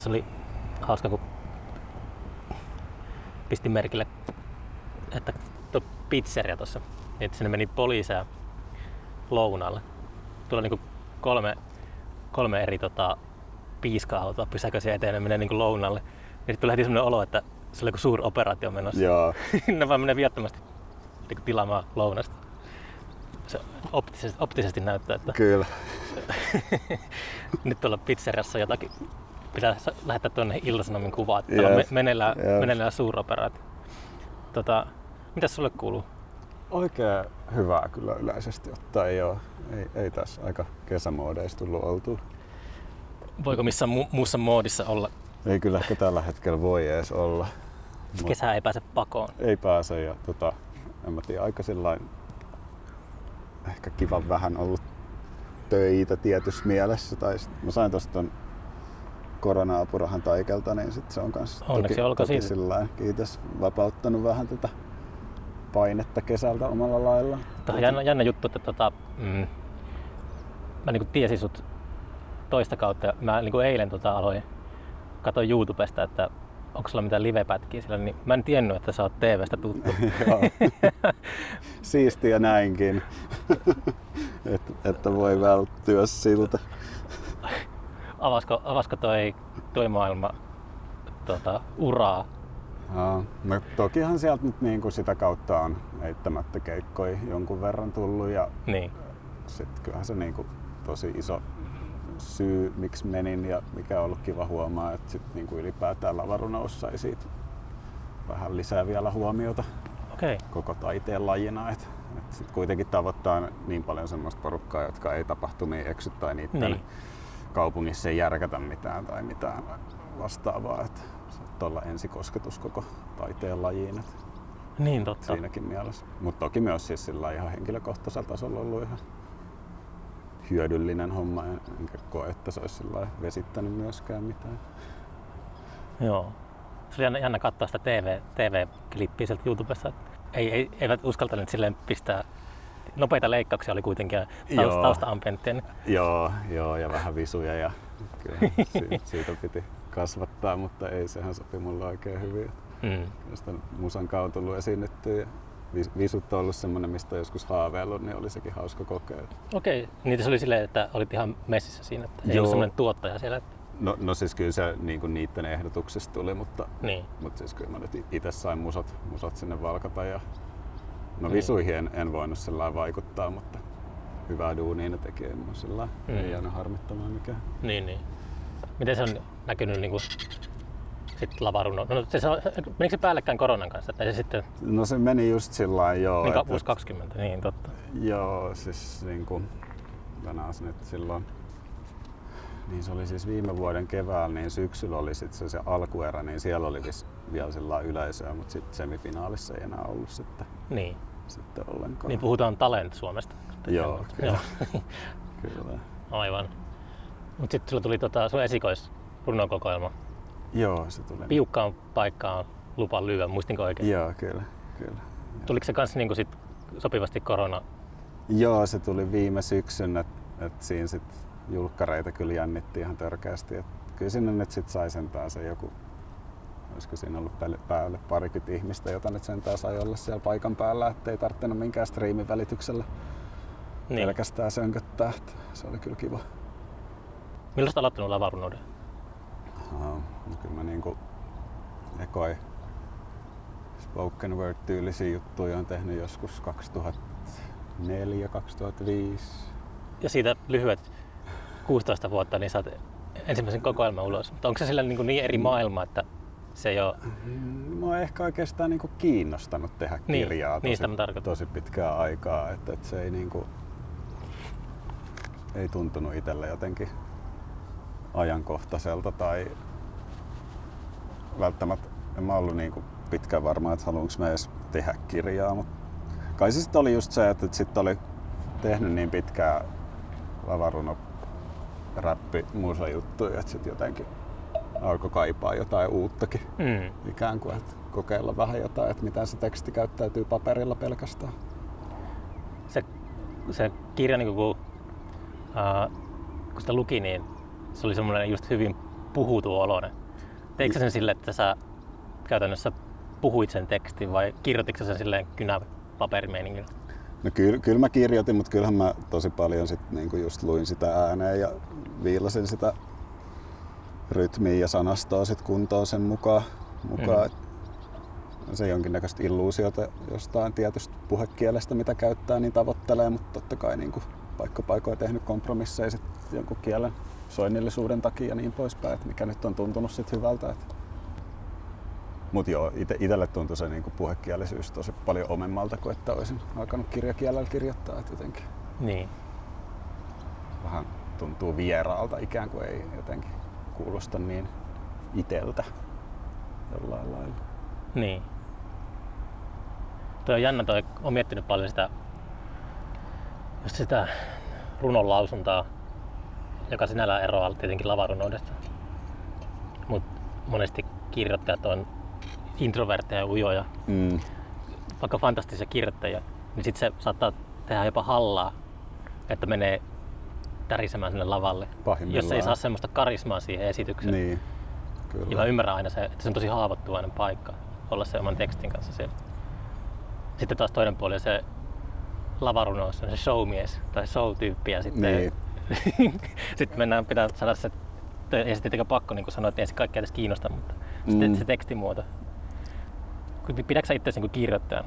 Se oli hauska, kun pistin merkille, että tuo pizzeria tuossa, että sinne meni poliiseja lounaalle. Tuolla niinku kolme eri piiska-autoa pysäköisiä eteen ja menee niinku lounaalle. Ja sitten tuli heti semmoinen olo, että se oli joku suuri operaatio menossa. Joo. Ne vaan menee viattomasti niinku tilaamaan lounasta. Se optisesti näyttää, että Kyllä. nyt tuolla pizzeriassa jotakin pitää lähettää tuonne Ilta-Sanomien kuvaa, että täällä on meneillään suuroperaatio. Mitäs sulle kuuluu? Oikein hyvää kyllä yleisesti ottaen. Ei tässä aika kesämoodeissa tullut oltua. Voiko missään muussa moodissa olla? Ei kyllä ehkä tällä hetkellä voi edes olla. Kesää ei pääse pakoon. Ei pääse ja en mä tiedä, aika sellainen ehkä kiva vähän ollut töitä tietyssä mielessä. Tai mä sain tosta ton korona-apurahan Taikelta, niin sit se on kans toki sillain, kiitos, vapauttanut vähän tätä painetta kesältä omalla lailla. Tämä on jännä juttu, että mä niinku tiesin sut toista kautta ja mä niinku eilen katsoin YouTubesta, että onko sulla mitään livepätkiä siellä, niin mä en tiennyt, että sä oot TV:stä tuttu. Siistiä näinkin, että voi välttyä siltä. Avasko toi maailma uraa? No tokihan sieltä nyt niinku sitä kautta on eittämättä keikkoja jonkun verran tullut ja niin. Sit kyllähän se niinku tosi iso syy miksi menin ja mikä on ollut kiva huomaa, että sit niinku ylipäätään Lavarunous sai siitä vähän lisää vielä huomiota koko taiteen lajina. Et sit kuitenkin tavoittaa niin paljon semmoista porukkaa, jotka ei tapahtumiin eksy tai niitten kaupungissa ei järkätä mitään tai mitään vastaavaa. Et se on ensikosketus koko taiteen lajiin. Niin totta. Siinäkin mielessä. Mutta toki myös siis sillä ihan henkilökohtaisella tasolla ollut ihan hyödyllinen homma, enkä koe, että se olisi sillä vesittänyt myöskään mitään. Joo. Se oli jännä katsoa sitä TV-klippiä sieltä YouTubessa. Eivät uskaltaneet silleen pistää. Nopeita leikkauksia oli kuitenkin ja tausta-ambienttia. Joo, ja vähän visuja ja kyllä siitä piti kasvattaa, mutta ei, sehän sopi mulle oikein hyvin. Sitä musan kautta tullut esiinnyttyä ja visut on ollut semmoinen, mistä joskus haaveillut, niin oli sekin hauska kokea. Okei, niitä se oli silleen, että olit ihan messissä siinä, että ei ollut semmoinen tuottaja siellä. No siis kyllä se niinku niiden ehdotuksesta tuli, mutta siis kyllä mä nyt itse sain musat sinne valkata ja visuihin en voinut sellainen vaikuttaa, mutta hyvää duunia ne teki, ei aina harmittamaan mikään. Niin. Miten se on näkynyt niinku sit Lavarunous? Menikö se päällekkäin koronan kanssa? Tai se sitten... No se meni just sillain joo. Niin vuosi 20, niin totta. Joo, siis niinku tänään nyt silloin. Niin se oli siis viime vuoden keväällä, niin syksyllä oli sit se alkuerä, niin siellä oli vielä sellainen yleisöä, mutta sitten semifinaalissa ei enää ollut sitten ollenkaan. Niin puhutaan Talent Suomesta. Joo, kyllä. Kyllä. Aivan. Mutta sitten sulla tuli sun esikoisrunokokoelma. Joo, se tuli. Piukkaan paikkaan lupa lyödä, muistinko oikein? Joo, kyllä. Tuliko se kanssa niinku sit sopivasti korona? Joo, se tuli viime syksyn, että siinä sit julkkareita kyllä jännitti ihan törkeästi. Et kyllä sinne nyt sit sai sentään se joku, olisiko siinä ollut päälle 20 ihmistä, jota nyt sentään sai olla siellä paikan päällä, ettei tarvinnut minkään striimin välityksellä pelkästään sönköttää. Se oli kyllä kiva. Milloin olet aloittanut Lavarunouden? No kyllä mä niinku ekoi spoken word -tyylisiä juttuja on tehnyt joskus 2004-2005. Ja siitä lyhyet 16 vuotta, niin saat ensimmäisen kokoelman ulos. Mutta onko se sillä niin eri maailma, että se ei ole... Mä oon ehkä oikeastaan niinku kiinnostanut tehdä kirjaa tosi pitkää aikaa. Että se ei, niinku, ei tuntunut itselle jotenkin ajankohtaiselta tai välttämättä en mä ollut niinku pitkään varma, että haluanko mä edes tehdä kirjaa. Mutta kai se sitten oli just se, että sit oli tehnyt niin pitkää Lavaruno räppi-musajuttuja, että sit jotenkin alkoi kaipaa jotain uuttakin. Ikään kuin, että kokeilla vähän jotain, että miten se teksti käyttäytyy paperilla pelkästään. Se kirja, niin kun sitä luki, niin se oli semmoinen just hyvin puhutun oloinen. Teikö sä sen silleen, että sä käytännössä puhuit sen tekstin vai kirjoititko sen silleen kynäpaperimeiningillä? No kyllä mä kirjoitin, mutta kyllähän mä tosi paljon sit niinku just luin sitä ääneen ja viilasin sitä rytmiä ja sanastoa sit kuntoon sen mukaan. Se jonkinnäköistä illuusiota jostain tietystä puhekielestä, mitä käyttää, niin tavoittelee, mutta totta kai niinku paikkoja tehnyt kompromisseja sit jonkun kielen soinnillisuuden takia ja niin poispäin, että mikä nyt on tuntunut sit hyvältä. Mutta joo, itselle tuntui se niinku puhekielisyys tosi paljon omemmalta kuin että olisin alkanut kirjakielellä kirjoittaa. Jotenkin niin. Vähän tuntuu vieraalta, ikään kuin ei jotenkin kuulosta niin iteltä jollain lailla. Niin. Toi on jännä, on miettinyt paljon sitä runon lausuntaa, joka sinällään eroaa tietenkin lavarunoudesta. Mutta monesti kirjoittajat on introvertteja ja ujoja, vaikka fantastisia kirjoittajia, niin sit se saattaa tehdä jopa hallaa, että menee tärisemään sinne lavalle, jos ei saa semmoista karismaa siihen esitykseen. Niin, kyllä. Ja mä ymmärrän aina se, että se on tosi haavoittuvainen paikka olla se oman tekstin kanssa siellä. Sitten taas toinen puoli on se lavarunous, on se showmies tai show-tyyppi ja sitten niin. sitten pitää saada se, ei se tietenkään pakko, niin kuin sanoit, ei se kaikkea edes kiinnosta, mutta sitten se tekstimuoto. Pidätkö sä itseäsi niin kirjoittajana?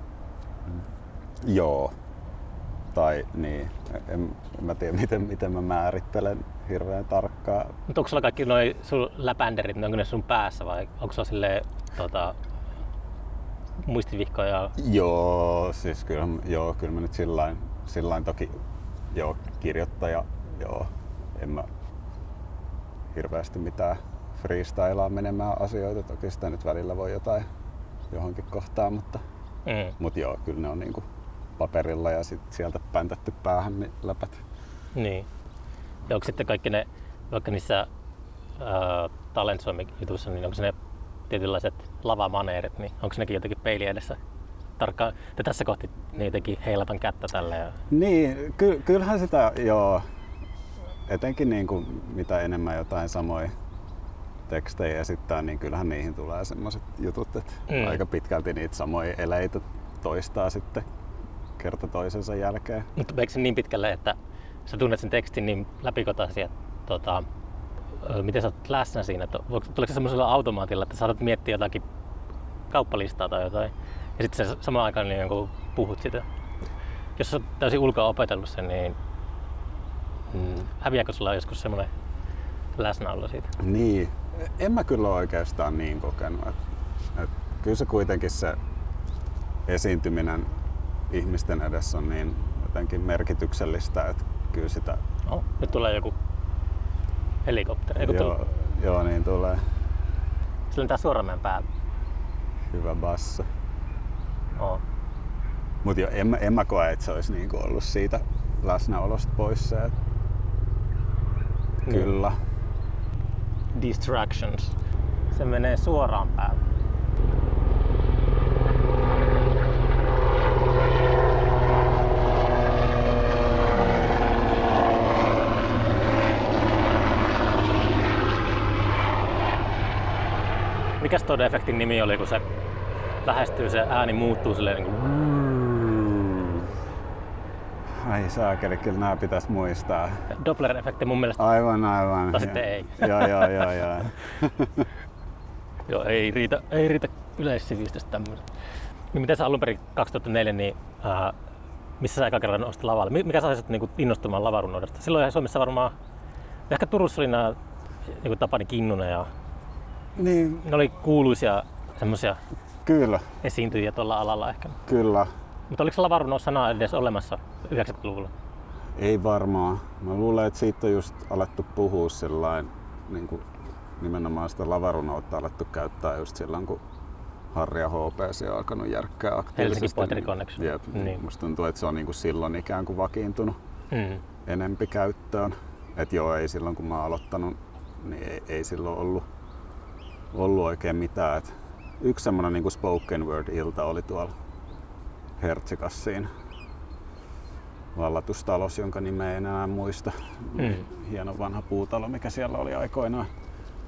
Joo. Tai niin, en mä tiedä miten mä määrittelen hirveän tarkkaan. Mutta onko sulla kaikki noi sun läpänderit, onko ne sun päässä vai onko sulla silleen muistivihkoja? Joo, siis kyllä mä nyt sillain toki kirjoittaja, en mä hirveästi mitään freestylaa menemään asioita, toki sitä nyt välillä voi jotain johonkin kohtaan, mutta kyllä ne on niinku paperilla ja sit sieltä päntätty päähän niin läpät. Niin. Ja onko sitten kaikki ne, vaikka niissä Talent Suomi-jutuissa, niin onko ne tietynlaiset lavamaneerit, niin onko nekin jotenkin peili edessä tarkkaan, että tässä kohti niin jotenkin heilatan kättä tälle? Ja... Niin, kyllähän sitä etenkin niin kuin, mitä enemmän jotain samoja tekstejä esittää, niin kyllähän niihin tulee semmoiset jutut, että aika pitkälti niitä samoja eleitä toistaa sitten kerta toisensa jälkeen. Mutta meikö se niin pitkälle, että sä tunnet sen tekstin niin läpikotaisin, että miten sä oot läsnä siinä? Tuleeko se semmoisella automaatilla, että saatat miettiä jotakin kauppalistaa tai jotain ja sitten sä samaan aikaan niin puhut sitä? Jos sä oot täysin ulkoa opetellut sen, niin häviääkö sulla joskus semmoinen läsnäolo siitä? Niin, en mä kyllä oikeastaan niin kokenut. Kyllä se kuitenkin se esiintyminen ihmisten edessä on niin jotenkin merkityksellistä, että kyllä sitä... Nyt tulee joku helikopteri. Joo, niin tulee. Sillä on tää Suoramäen päällä. Hyvä basso. Mut en mä koe, että se olisi niinku ollut siitä läsnäolosta pois se, että kyllä. Distractions. Se menee suoraan päälle. Mikäs tuon efektin nimi oli, kun se lähestyy, se ääni muuttuu silleen niin kuin... Ai saakeli, kyllä nää pitäis muistaa. Doppler-efekti mun mielestä. Aivan. Tai sitten ei. Joo. Joo, ei riitä yleissivistys tämmöinen. Niin miten sä alun perin 2004, niin missä sä eka kerran nostit lavalle? Mikä sai sut niinku innostumaan lavarunoudesta? Silloin Suomessa varmaan, ehkä Turussa oli nää niin Tapani Kinnunen ja niin. Ne oli kuuluisia semmosia Kyllä. esiintyjiä tuolla alalla ehkä. Kyllä. Mutta oliko se lavarunous-sana edes olemassa 90-luvulla? Ei varmaan. Mä luulen, että siitä on just alettu puhua sillain, niin kuin nimenomaan sitä lavarunoutta alettu käyttää just silloin, kun Harri ja HPC on alkanut järkkää aktiivisesti. Helsinki Poetry Connection. Jep. Niin. Musta tuntuu, että se on niin kuin silloin ikään kuin vakiintunut enempi käyttöön. Et joo, ei silloin kun mä oon aloittanut, niin ei silloin ollut oikein mitään. Et yksi semmonen niin kuin spoken word-ilta oli tuolla Hertsikas siinä vallatustalossa, jonka nimeä en enää muista. Hieno vanha puutalo, mikä siellä oli aikoinaan.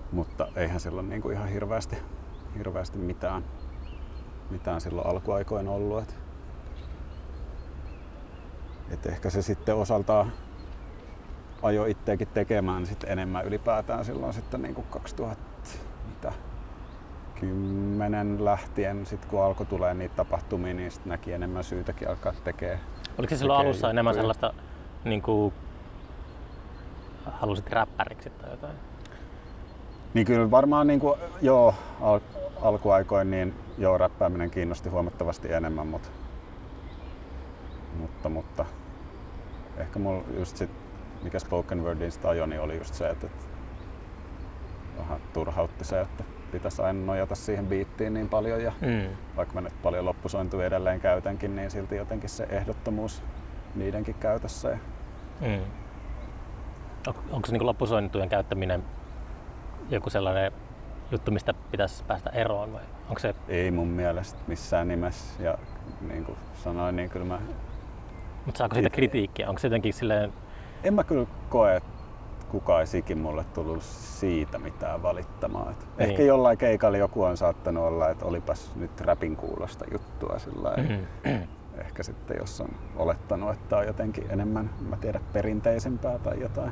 Mutta eihän silloin niinku ihan hirveästi mitään silloin alkuaikoina ollut. Et ehkä se sitten osaltaan ajoi itseäkin tekemään sit enemmän ylipäätään silloin sitten niinku 2010 lähtien, sit kun alkoi tulee niitä tapahtumia, niin sit näki enemmän syytäkin alkaa tekemään. Oliko se silloin alussa enemmän sellaista, niinku, halusit räppäriksi tai jotain? Niin kyllä varmaan niinku, alkuaikoin niin räppääminen kiinnosti huomattavasti enemmän, mutta ehkä mulla just sit, mikä spoken wordin sitä ajoi, niin oli just se, että vähän turhautti se, että pitäisi aina nojata siihen biittiin niin paljon ja vaikka mä nyt paljon loppusointuja edelleen käytänkin, niin silti jotenkin se ehdottomuus niidenkin käytössä. Onko se niin loppusointujen käyttäminen joku sellainen juttu, mistä pitäisi päästä eroon vai onko se? Ei mun mielestä missään nimessä ja niin kuin sanoin, niin kyllä mä... Mutta saako siitä kritiikkiä? Onko se jotenkin silleen... En mä kyllä koe, että kukaan ei ikin mulle tullut siitä mitään valittamaan. Niin. Ehkä jollain keikalla joku on saattanut olla, että olipas nyt räpin kuulosta juttua sillain. Ehkä sitten jos on olettanut, että on jotenkin enemmän, mä tiedän, perinteisempää tai jotain.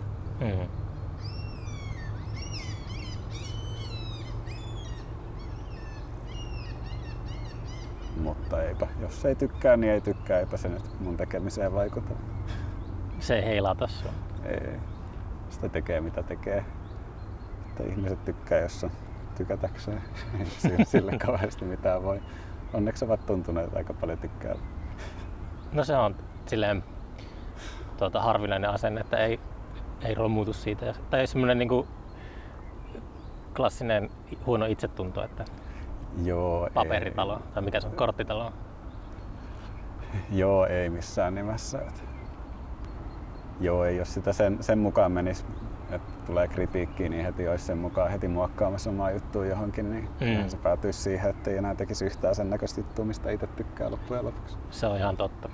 Mutta eipä, jos ei tykkää, niin ei tykkää, eipä se nyt mun tekemiseen vaikuta. Se ei heilata sua? Ei. Sitä tekee mitä tekee. Että ihmiset tykkää, jos on tykätäkseen. Ei sille kauheasti mitään voi. Onneksi ovat tuntuneet aika paljon tykkää. No se on silleen harvinainen asenne, että ei romuutu siitä. Tai semmoinen niinku klassinen huono itsetunto, että paperitalo ei. Tai mikä se on, korttitalo. Joo, ei missään nimessä. Ei jos sitä sen mukaan menisi, että tulee kritiikkiä, niin heti olisi sen mukaan heti muokkaamassa omaa juttua johonkin, niin se päätyisi siihen, että ei enää tekisi yhtään sen näköistä juttua, mistä itse tykkää loppujen lopuksi. Se on ihan totta.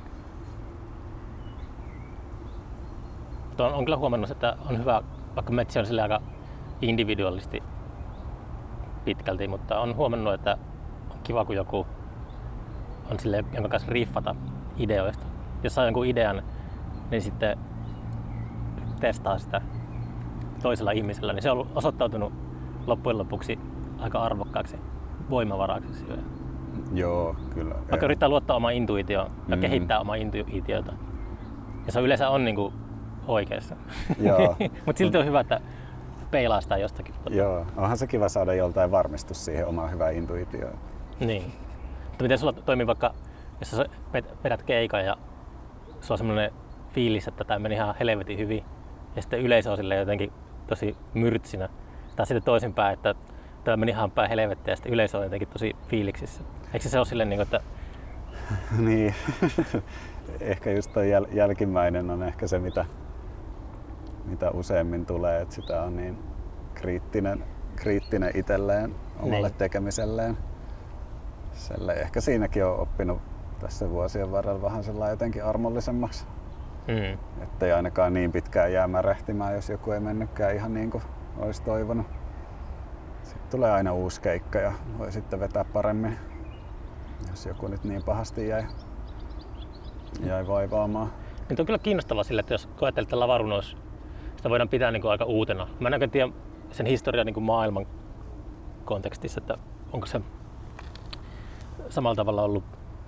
On kyllä huomannut, että on hyvä, vaikka Metsi on sille aika individualisti pitkälti, mutta on huomannut, että on kiva, kun joku on sille, jonka kanssa riffata ideoista. Jos saa jonkun idean, niin sitten testaa sitä toisella ihmisellä, niin se on osoittautunut loppujen lopuksi aika arvokkaaksi voimavaraksi. Joo, kyllä. Vaikka yrittää luottaa omaan intuitioon ja kehittää omaa intuitiota. Ja se yleensä on niinku oikeassa. Mutta silti on hyvä, että peilaa sitä jostakin. Joo, onhan se kiva saada joltain varmistus siihen omaan hyvään intuitioon. Niin. Mutta miten sulla toimii vaikka, jos sä vedät keikan ja sulla on semmoinen fiilis, että tämä meni ihan helvetin hyvin ja sitten yleisö on silleen jotenkin tosi myrtsinä. Tai sitten toisinpäin, että tämä meni ihan päin helvettiä ja sitten yleisö on jotenkin tosi fiiliksissä. Eikö se ole silleen, että... Niin, ehkä just toi jälkimmäinen on ehkä se, mitä useimmin tulee, että sitä on niin kriittinen itselleen, omalle tekemiselleen. Ehkä siinäkin on oppinut tässä vuosien varrella vähän sellainen jotenkin armollisemmaksi. Ettei ainakaan niin pitkään jää märehtimään, jos joku ei mennytkään ihan niin kuin olisi toivonut. Sitten tulee aina uusi keikka ja voi sitten vetää paremmin, jos joku nyt niin pahasti jäi vaivaamaan. Nyt on kyllä kiinnostavaa sille, että jos ajattelet, että Lavarunous, sitä voidaan pitää niin kuin aika uutena. Mä en oikein tiedä sen historian niin kuin maailman kontekstissa, että onko se samalla tavalla ollut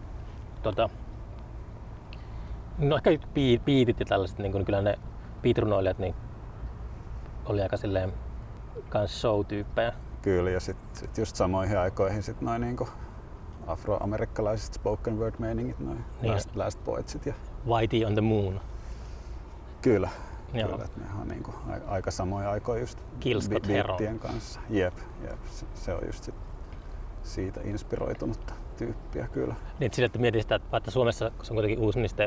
no ehkä beatit ja tällaiset, niin kyllä ne beatrunoilijat niin oli aika silleen kans show-tyyppejä. Kyllä, ja sit just samoihin aikoihin sit noin niinku afroamerikkalaiset spoken word meiningit, noin niin. Last Poetsit ja Whitey on the Moon. Kyllä, että ne on niinku aika samoja aikoja just beattien kanssa. Jep, se on just siitä inspiroitunutta tyyppiä kyllä. Niin sille, että mietit sitä, että Suomessa se on kuitenkin uusi, niin sitten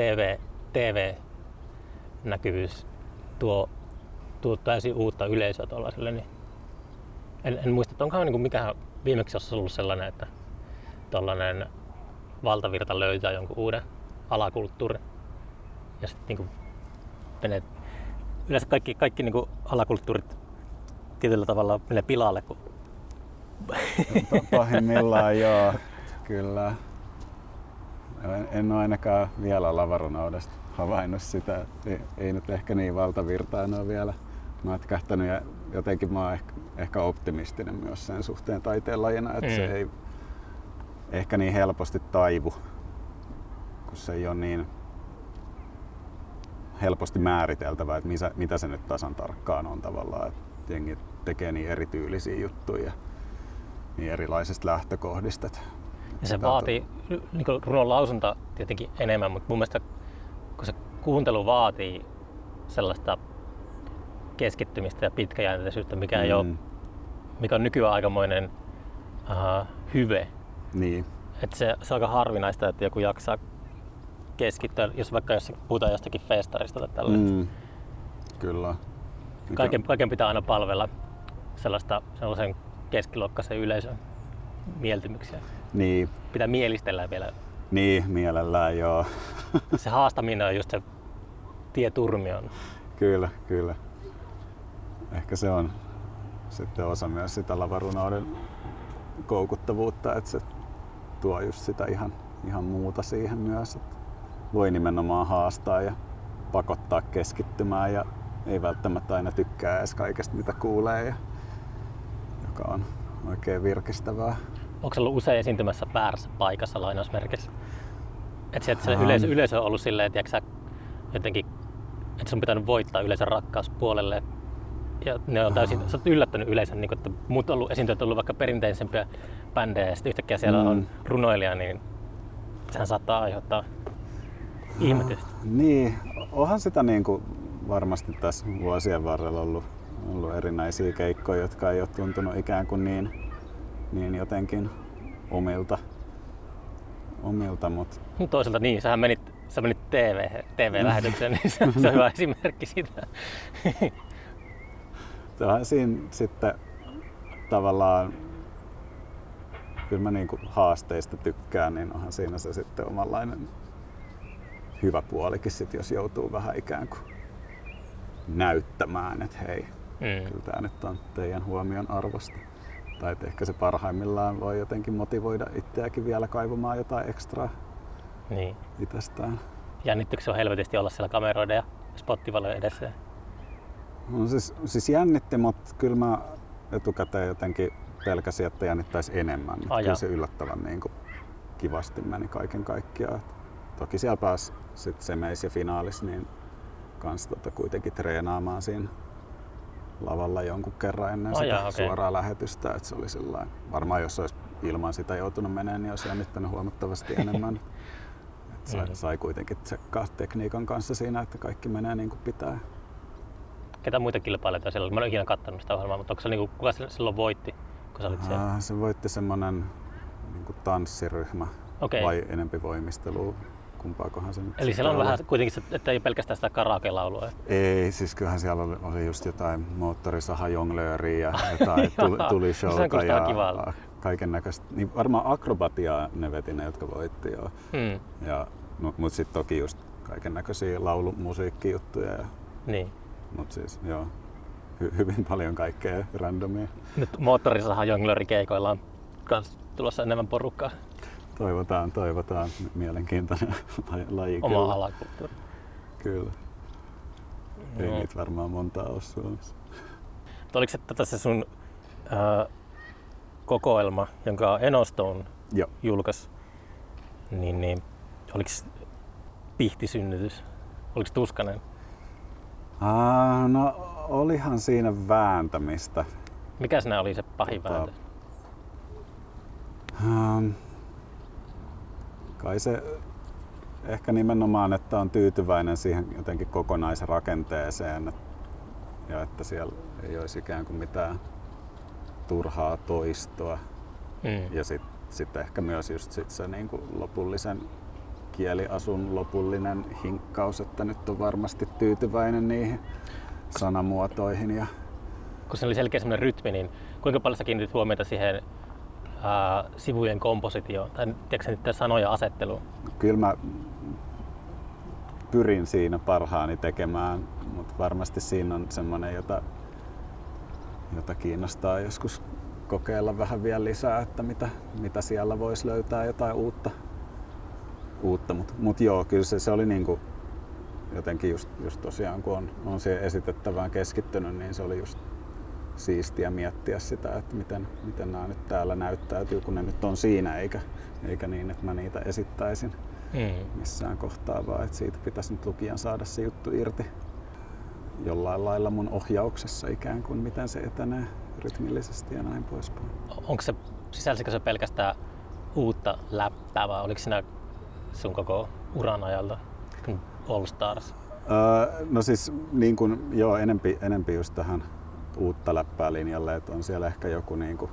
TV-näkyvyys tuo täysin uutta yleisöä tuollaiselle. Niin en muista, että onkohan niin mikähän viimeksi olisi ollut sellainen, että tuollainen valtavirta löytää jonkun uuden alakulttuurin. Ja sitten niin menee, yleensä kaikki niin alakulttuurit tietyllä tavalla menee pilalle. Kun... Pahimmillaan joo, kyllä. En ole ainakaan vielä lavarunoudesta havainnut sitä. Ei nyt ehkä niin valtavirtainen ole vielä mätkähtänyt ja jotenkin mä oon ehkä optimistinen myös sen suhteen taiteenlajina, että se ei ehkä niin helposti taivu, kun se ei ole niin helposti määriteltävää, että mitä se nyt tasan tarkkaan on tavallaan. Että jengi tekee niin erityylisiä juttuja niin erilaisista lähtökohdista. Ja se vaatii niin runon lausunta tietenkin enemmän, mutta mun mielestä kun se kuuntelu vaatii sellaista keskittymistä ja pitkäjänteisyyttä, mikä on nykyään aikamoinen hyve. Niin. Että se on aika harvinaista, että joku jaksaa keskittyä, jos vaikka puhutaan jostakin festarista tai tällaista. Kyllä. Kaiken pitää aina palvella sellaisen keskiluokkaisen yleisön mieltymyksiä. Niin. Pitää mielistellä vielä. Niin, mielellään joo. Se haastaminen on just se tie turmioon. Kyllä. Ehkä se on sitten osa myös sitä lavarunouden koukuttavuutta, että se tuo just sitä ihan muuta siihen myös. Että voi nimenomaan haastaa ja pakottaa keskittymään ja ei välttämättä aina tykkää edes kaikesta mitä kuulee, joka on oikein virkistävää. Onko se ollut usein esiintymässä väärässä paikassa lainausmerkissä? Että se yleisö on ollut silleen, että jotenkin, että sun pitänyt voittaa yleisön rakkauspuolelle. Ja ne on täysin, sä oot yllättänyt yleisön, niin että muut esiintyjät on ollut vaikka perinteisempiä bändejä ja sitten yhtäkkiä siellä on runoilija, niin sehän saattaa aiheuttaa ihmetystä. Niin, onhan sitä niin kuin varmasti tässä vuosien varrella ollut erinäisiä keikkoja, jotka ei ole tuntunut ikään kuin niin jotenkin omilta, mutta... Toisaalta niin, sä menit TV-lähetykseen, niin se on hyvä esimerkki siitä. Onhan siinä sitten tavallaan, kyllä mä niinku haasteista tykkään, niin onhan siinä se sitten omanlainen hyvä puolikin, sit, jos joutuu vähän ikään kuin näyttämään, että hei, kyllä tää nyt on teidän huomion arvosta. Tai että ehkä se parhaimmillaan voi jotenkin motivoida itseäkin vielä kaivamaan jotain ekstraa itsestään. Jännittyykö se on helvetisti olla siellä kameroiden ja spottivalojen edessä? No siis jännitti, mutta kyllä mä etukäteen jotenkin pelkäsin, että jännittäisi enemmän. Kyllä se yllättävän niin kuin kivasti meni kaiken kaikkiaan. Toki siellä pääsi sitten semeis ja finaalis niin kans kuitenkin treenaamaan siinä lavalla jonkun kerran ennen sitä suoraa lähetystä. Et se oli sillain, varmaan jos olisi ilman sitä joutunut menemään, niin olisi jännittänyt huomattavasti enemmän. Sai kuitenkin tsekkaa tekniikan kanssa siinä, että kaikki menee niin kuin pitää. Ketä muita kilpailijoita siellä oli? Mä en ole ikinä katsonut sitä ohjelmaa, mutta onko se niinku, kuka silloin voitti, kun sä olit siellä? Se voitti semmonen niinku tanssiryhmä vai enempi voimistelua. Kumpaakohan se nyt. Eli siellä on vähän kuitenkin se, että ei pelkästään sitä karaoke-laulua. Ei, siis kyllähän siellä oli just jotain moottorisahajonglööriä ja jotain tulishowta ja kaiken näköistä. Niin varmaan akrobatiaa ne veti ne, jotka voitti joo. Mut sit toki just kaiken näköisiä laulumusiikkijuttuja. Niin. Mut siis joo, hyvin paljon kaikkea randomia. Nyt moottorisahajonglöörikeikoilla on kans tulossa enemmän porukkaa. Toivotaan. Mielenkiintoinen laji. Oma alakulttuuri. Kyllä. Ei niitä varmaan montaa ole Suomessa. Oliko se se sun kokoelma, jonka Enostone julkaisi, niin oliko pihtisynnytys? Oliko tuskainen? No olihan siinä vääntämistä. Mikä siinä oli se pahin vääntö? Kai se ehkä nimenomaan, että on tyytyväinen siihen jotenkin kokonaisrakenteeseen ja että siellä ei olisi ikään kuin mitään turhaa toistoa. Ja sitten ehkä myös just se niin kuin lopullisen kieliasun lopullinen hinkkaus, että nyt on varmasti tyytyväinen niihin sanamuotoihin. Kun se oli selkeä semmoinen rytmi, niin kuinka paljon sä kiinnitit huomiota siihen sivujen kompositioon tai tiedätkö niiden sanoja asetteluun? Kyllä mä pyrin siinä parhaani tekemään, mutta varmasti siinä on semmoinen, jota kiinnostaa joskus kokeilla vähän vielä lisää, että mitä siellä voisi löytää jotain uutta. Mut joo, kyllä se oli niinku jotenkin just tosiaan kun on siihen esitettävään keskittynyt, niin se oli just siistiä miettiä sitä, että miten nämä nyt täällä näyttäytyy, kun ne nyt on siinä, eikä niin, että mä niitä esittäisin missään kohtaa, vaan että siitä pitäisi nyt lukijan saada se juttu irti jollain lailla mun ohjauksessa ikään kuin, miten se etenee rytmillisesti ja näin poispäin. Sisälsikö se pelkästään uutta läppää vai oliko siinä sun koko uran ajalta All Stars? No siis niin kuin, joo, enempi just tähän uutta läppää linjalle, että on siellä ehkä joku niinku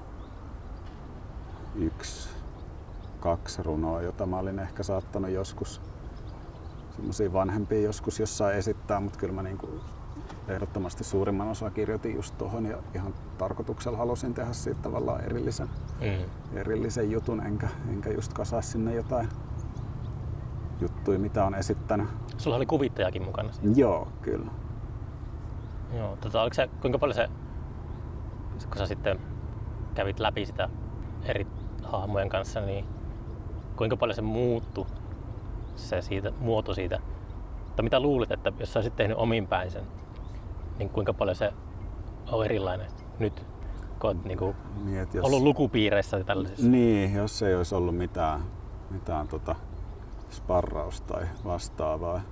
1-2 runoa, jota mä olin ehkä saattanut joskus semmosia vanhempia joskus jossain esittää, mutta kyllä mä niinku ehdottomasti suurimman osa kirjoitin just tohon ja ihan tarkoituksella halusin tehdä siitä tavallaan erillisen jutun, enkä just kasaa sinne jotain juttuja, mitä on esittänyt. Sulla oli kuvittajakin mukana? Joo, kyllä. Joo, oliko se, kuinka paljon se, kun sä sitten kävit läpi sitä eri hahmojen kanssa, niin kuinka paljon se muuttui se muoto siitä, tai mitä luulit, että jos sä olisit tehnyt omin päin sen, niin kuinka paljon se on erilainen nyt, kun olet niinku ollut lukupiireissä ja tällaisissa? Niin, jos ei olisi ollut mitään sparrausta tai vastaavaa.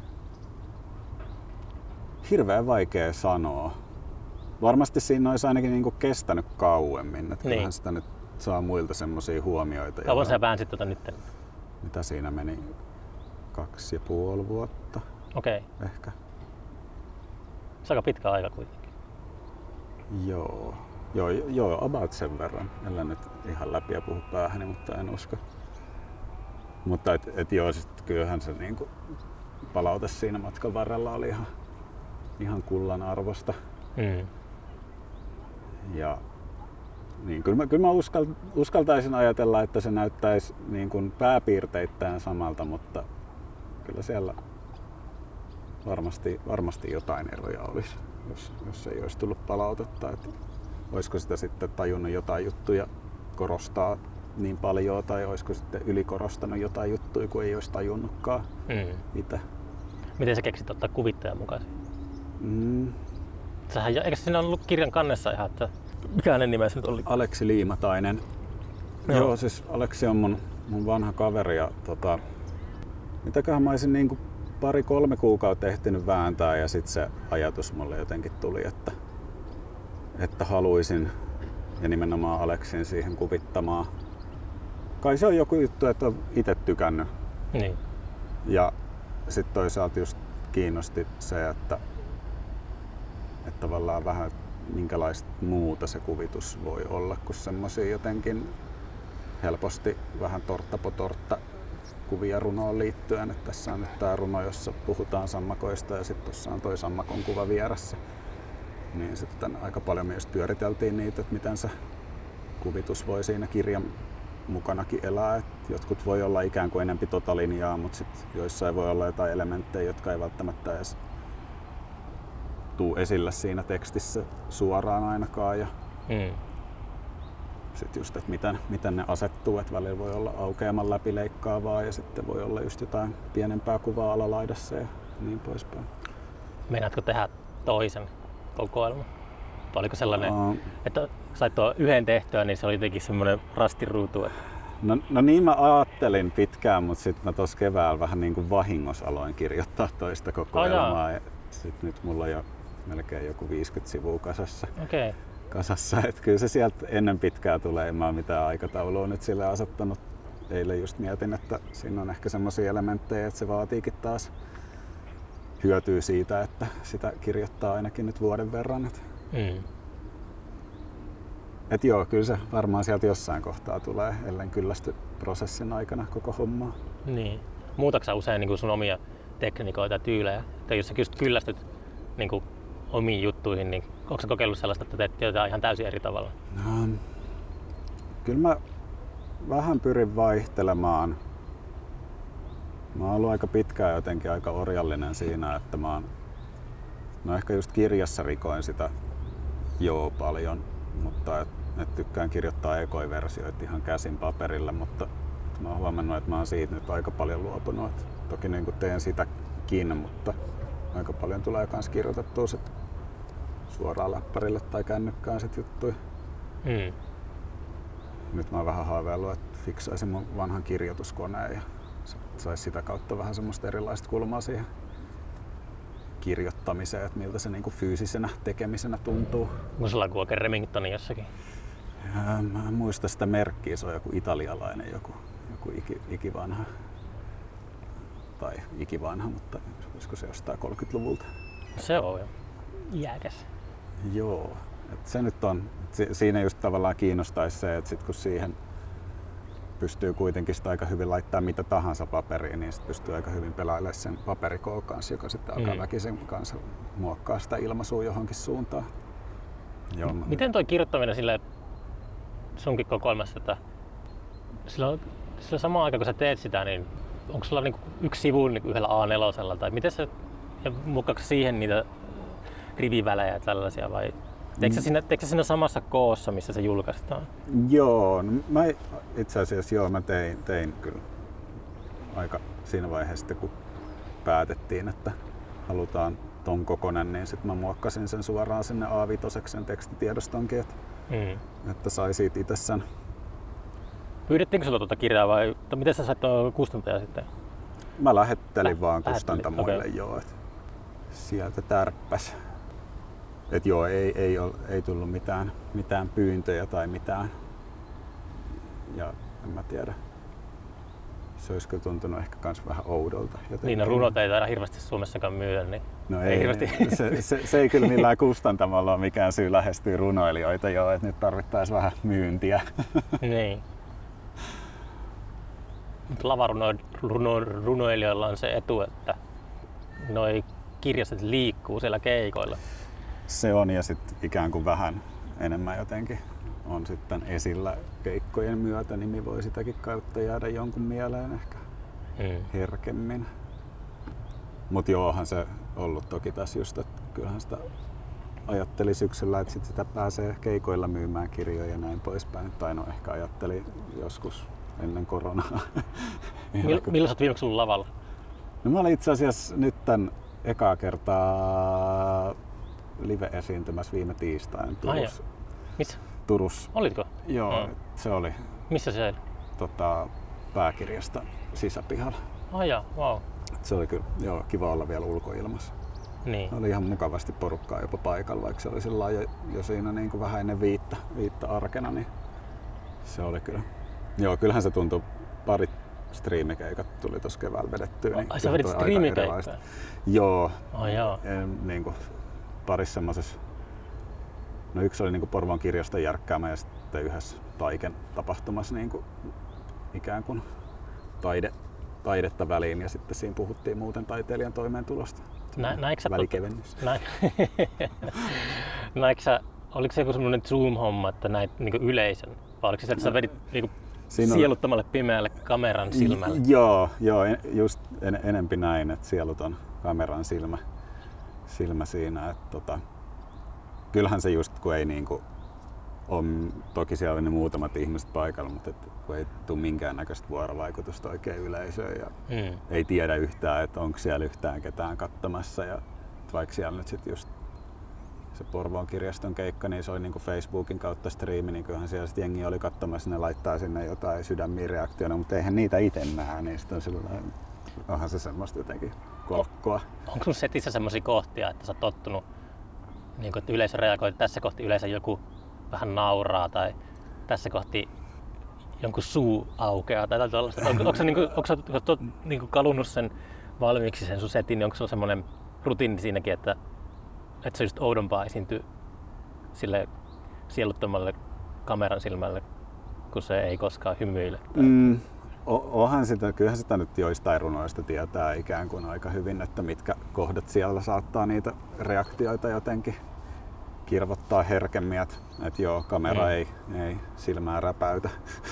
Hirveän vaikea sanoa. Varmasti siinä olisi ainakin niinku kestänyt kauemmin. Että kyllähän sitä nyt saa muilta semmosia huomioita. Kauan sä väänsit nyt? Mitä siinä meni? 2,5 vuotta. Okei. Ehkä. Se on aika pitkä aika kuitenkin. Joo, about sen verran. Ellei nyt ihan läpi ja puhu päähäni, mutta en usko. Mutta joo, sit kyllähän se niinku palaute siinä matkan varrella oli ihan kullan arvosta. Ja niin, kyllä mä uskaltaisin ajatella, että se näyttäisi niin kuin pääpiirteittäin samalta, mutta kyllä siellä varmasti jotain eroja olisi, jos ei olisi tullut palautetta. Että olisiko sitä sitten tajunnut jotain juttuja korostaa niin paljon tai olisiko sitten ylikorostanut jotain juttuja, kun ei olisi tajunnutkaan itse. Miten sä keksit ottaa kuvittajan mukaan? Eikö siinä ollut kirjan kannessa ihan, että mikä hänen nimensä nyt oli? Aleksi Liimatainen. Joo, siis Aleksi on mun vanha kaveri ja mitäköhän mä olisin niinku 2-3 kuukautta ehtinyt vääntää ja sitten se ajatus mulle jotenkin tuli, että haluaisin ja nimenomaan Aleksin siihen kuvittamaan. Kai se on joku juttu, että on itse tykännyt. Niin. Ja sitten toisaalta just kiinnosti se, että tavallaan vähän minkälaista muuta se kuvitus voi olla kuin semmosia jotenkin helposti vähän tortta po tortta kuvia runoon liittyen. Että tässä on nyt tää runo, jossa puhutaan sammakoista ja sitten tuossa on toi sammakon kuva vieressä. Niin sitten aika paljon myös pyöriteltiin niitä, että miten se kuvitus voi siinä kirjan mukanakin elää. Et jotkut voi olla ikään kuin enempi tota linjaa, mutta sitten joissain voi olla jotain elementtejä, jotka ei välttämättä edes tuu esillä siinä tekstissä suoraan ainakaan. Ja sitten just, että miten ne asettuu, että välillä voi olla aukeaman läpileikkaavaa ja sitten voi olla just jotain pienempää kuvaa alalaidassa ja niin poispäin. Meinaatko tehdä toisen kokoelman? Oliko sellainen, että sait tuon yhden tehtyä, niin se oli jotenkin semmoinen rastiruutu? Että... No niin mä ajattelin pitkään, mutta sitten mä tuossa keväällä vähän niin kuin vahingossa aloin kirjoittaa toista kokoelmaa. Ja sitten nyt mulla on jo melkein joku 50 sivua kasassa. Okay. Että kyllä se sieltä ennen pitkää tulee, en mä mitään aikataulua nyt sille asettanut. Eilen just mietin, että siinä on ehkä semmoisia elementtejä, että se vaatiikin taas hyötyy siitä, että sitä kirjoittaa ainakin nyt vuoden verran. Et joo, kyllä se varmaan sieltä jossain kohtaa tulee, ellen kyllästy prosessin aikana koko hommaa. Niin. Muutatko sä usein niin kuin sun omia tekniikoita ja tyylejä? Tai jos sä kyllästyt niin kuin omiin juttuihin, niin onko sä kokeillut sellaista, että teet jotain ihan täysin eri tavalla? Kyllä mä vähän pyrin vaihtelemaan. Mä oon ollut aika pitkään jotenkin aika orjallinen siinä, että mä ehkä just kirjassa rikoin sitä Joo, paljon, mutta et tykkään kirjoittaa ekoiversioita ihan käsin paperille, mutta mä oon huomannut, että mä oon siitä nyt aika paljon luopunut. Et toki niin teen sitäkin, mutta aika paljon tulee kans kirjoitettua sit suoraan läppärille tai kännykkään sit juttuja. Nyt mä oon vähän haaveillut, että fiksaisin mun vanhan kirjoituskoneen ja sais sitä kautta vähän semmoista erilaista kulmaa siihen kirjoittamiseen, että miltä se niinku fyysisenä tekemisenä tuntuu. Onko sulla joku oikein Remingtoni jossakin? Mä en muista sitä merkkiä, se on joku italialainen, joku ikivanha. Tai ikivanha, mutta olisiko se jostain 30-luvulta? Se on jo jääkäs. Joo, et se nyt on. Siinä just tavallaan kiinnostaisi se, että sit kun siihen pystyy kuitenkin sitä aika hyvin laittaa mitä tahansa paperiin, niin sit pystyy aika hyvin pelailemaan sen paperikoon kanssa, joka sitten alkaa väkisin kanssa muokkaa sitä ilmaisua johonkin suuntaan. Joo, Miten toi kirjoittaminen silleen sunkin kokoelmassa, että sillä samaan aikaan kun sä teet sitä, niin onko sulla niinku yksi sivu niinku yhdellä A4 tai miten sä, ja muokkaatko siihen niitä rivivälejä ja tällaisia vai teetkö sä siinä samassa koossa, missä se julkaistaan? Joo, no mä itse asiassa mä tein kyllä aika siinä vaiheessa, kun päätettiin, että halutaan ton kokonen, niin sitten mä muokkasin sen suoraan sinne A5 sen tekstitiedostonkin, että sai siitä itse sen. Pyydettiinkö sulla tuota kirjaa vai miten sä sait tuon kustantaja sitten? Mä lähettelin vaan kustantamoille, joo, että sieltä tärppäs. Et joo, ei tullut mitään pyyntöjä tai mitään. Ja en mä tiedä. Se olisi kyllä tuntunut ehkä kans vähän oudolta. Jotenkin. Niin, no runot ei taida hirveästi Suomessakaan myydä, niin no ei se ei kyllä millään kustantamolla ole mikään syy lähestyä runoilijoita, joo, että nyt tarvittaisiin vähän myyntiä. Niin. Mutta lavarunoilijoilla on se etu, että noi kirjastot liikkuu siellä keikoilla. Se on, ja sitten ikään kuin vähän enemmän jotenkin on sitten esillä keikkojen myötä, niin voi sitäkin kautta jäädä jonkun mieleen ehkä herkemmin. Mut joohan se ollut toki tässä just, että kyllähän sitä ajatteli syksyllä, että sit sitä pääsee keikoilla myymään kirjoja ja näin poispäin. Tai no ehkä ajatteli joskus ennen koronaa. Milloin sä oot viimeksi ollut lavalla? No mä olin itse asiassa nyt tän ekaa kertaa live-esiintymässä viime tiistaina Turussa. Missä? Turussa. Olitko? Joo, se oli. Missä se oli? Pääkirjasta sisäpihalla. Joo, wow. Se oli kyllä kiva olla vielä ulkoilmassa. Niin. Oli ihan mukavasti porukkaa jopa paikalla, vaikka se oli jo siinä niin kuin vähän ennen viittä arkena, niin se oli kyllä. Joo, kyllähän se tuntui, pari striimikeikat tuli tuossa keväällä vedettyä. Niin sä vedit striimikeikkaa? Joo. Joo. Niin kuin parissa semmosessa. No yksi oli niin kuin Porvoon kirjaston järkkäämä ja sitten yhdessä Taiken tapahtumassa niin kuin ikään kuin taidetta väliin ja sitten siinä puhuttiin muuten taiteilijan toimeentulosta. Välikevennys. Oliko se joku semmoinen Zoom-homma, että näit niinku yleisön? Vai oliko se, että sä vedit niinku sieluttomalle pimeälle kameran silmälle? Joo, just enempi näin, että sieluton kameran silmä siinä. Että kyllähän se just, kun ei niinku on, toki siellä oli ne muutamat ihmiset paikalla, mutta kun ei tule minkäännäköistä vuorovaikutusta oikein yleisöön ja ei tiedä yhtään, että onko siellä yhtään ketään katsomassa. Ja vaikka siellä nyt sit just se Porvoon kirjaston keikka, niin se oli niinku Facebookin kautta striimi, niin kyllähän siellä sit jengi oli katsomassa, ne laittaa sinne jotain sydämiin reaktiona, mutta eihän niitä itse näe, niin sitten on sellainen, onhan se semmoista jotenkin kolkkoa. Onko sun setissä semmoisia kohtia, että sä oot tottunut, niin kun, että yleisö reagoi, että tässä kohti yleensä joku vähän nauraa tai tässä kohti jonkun suu aukeaa tai tällaista. Onko sä niinku kalunnut sen valmiiksi sen sun setin, niin onko sulla semmoinen rutiini siinäkin, että se just oudompaa esiintyy sille sieluttomalle kameran silmälle, kun se ei koskaan hymyile? Kyllähän sitä nyt joistain runoista tietää ikään kuin aika hyvin, että mitkä kohdat siellä saattaa niitä reaktioita jotenkin kirvottaa herkemmin, että joo, kamera ei silmää räpäytä.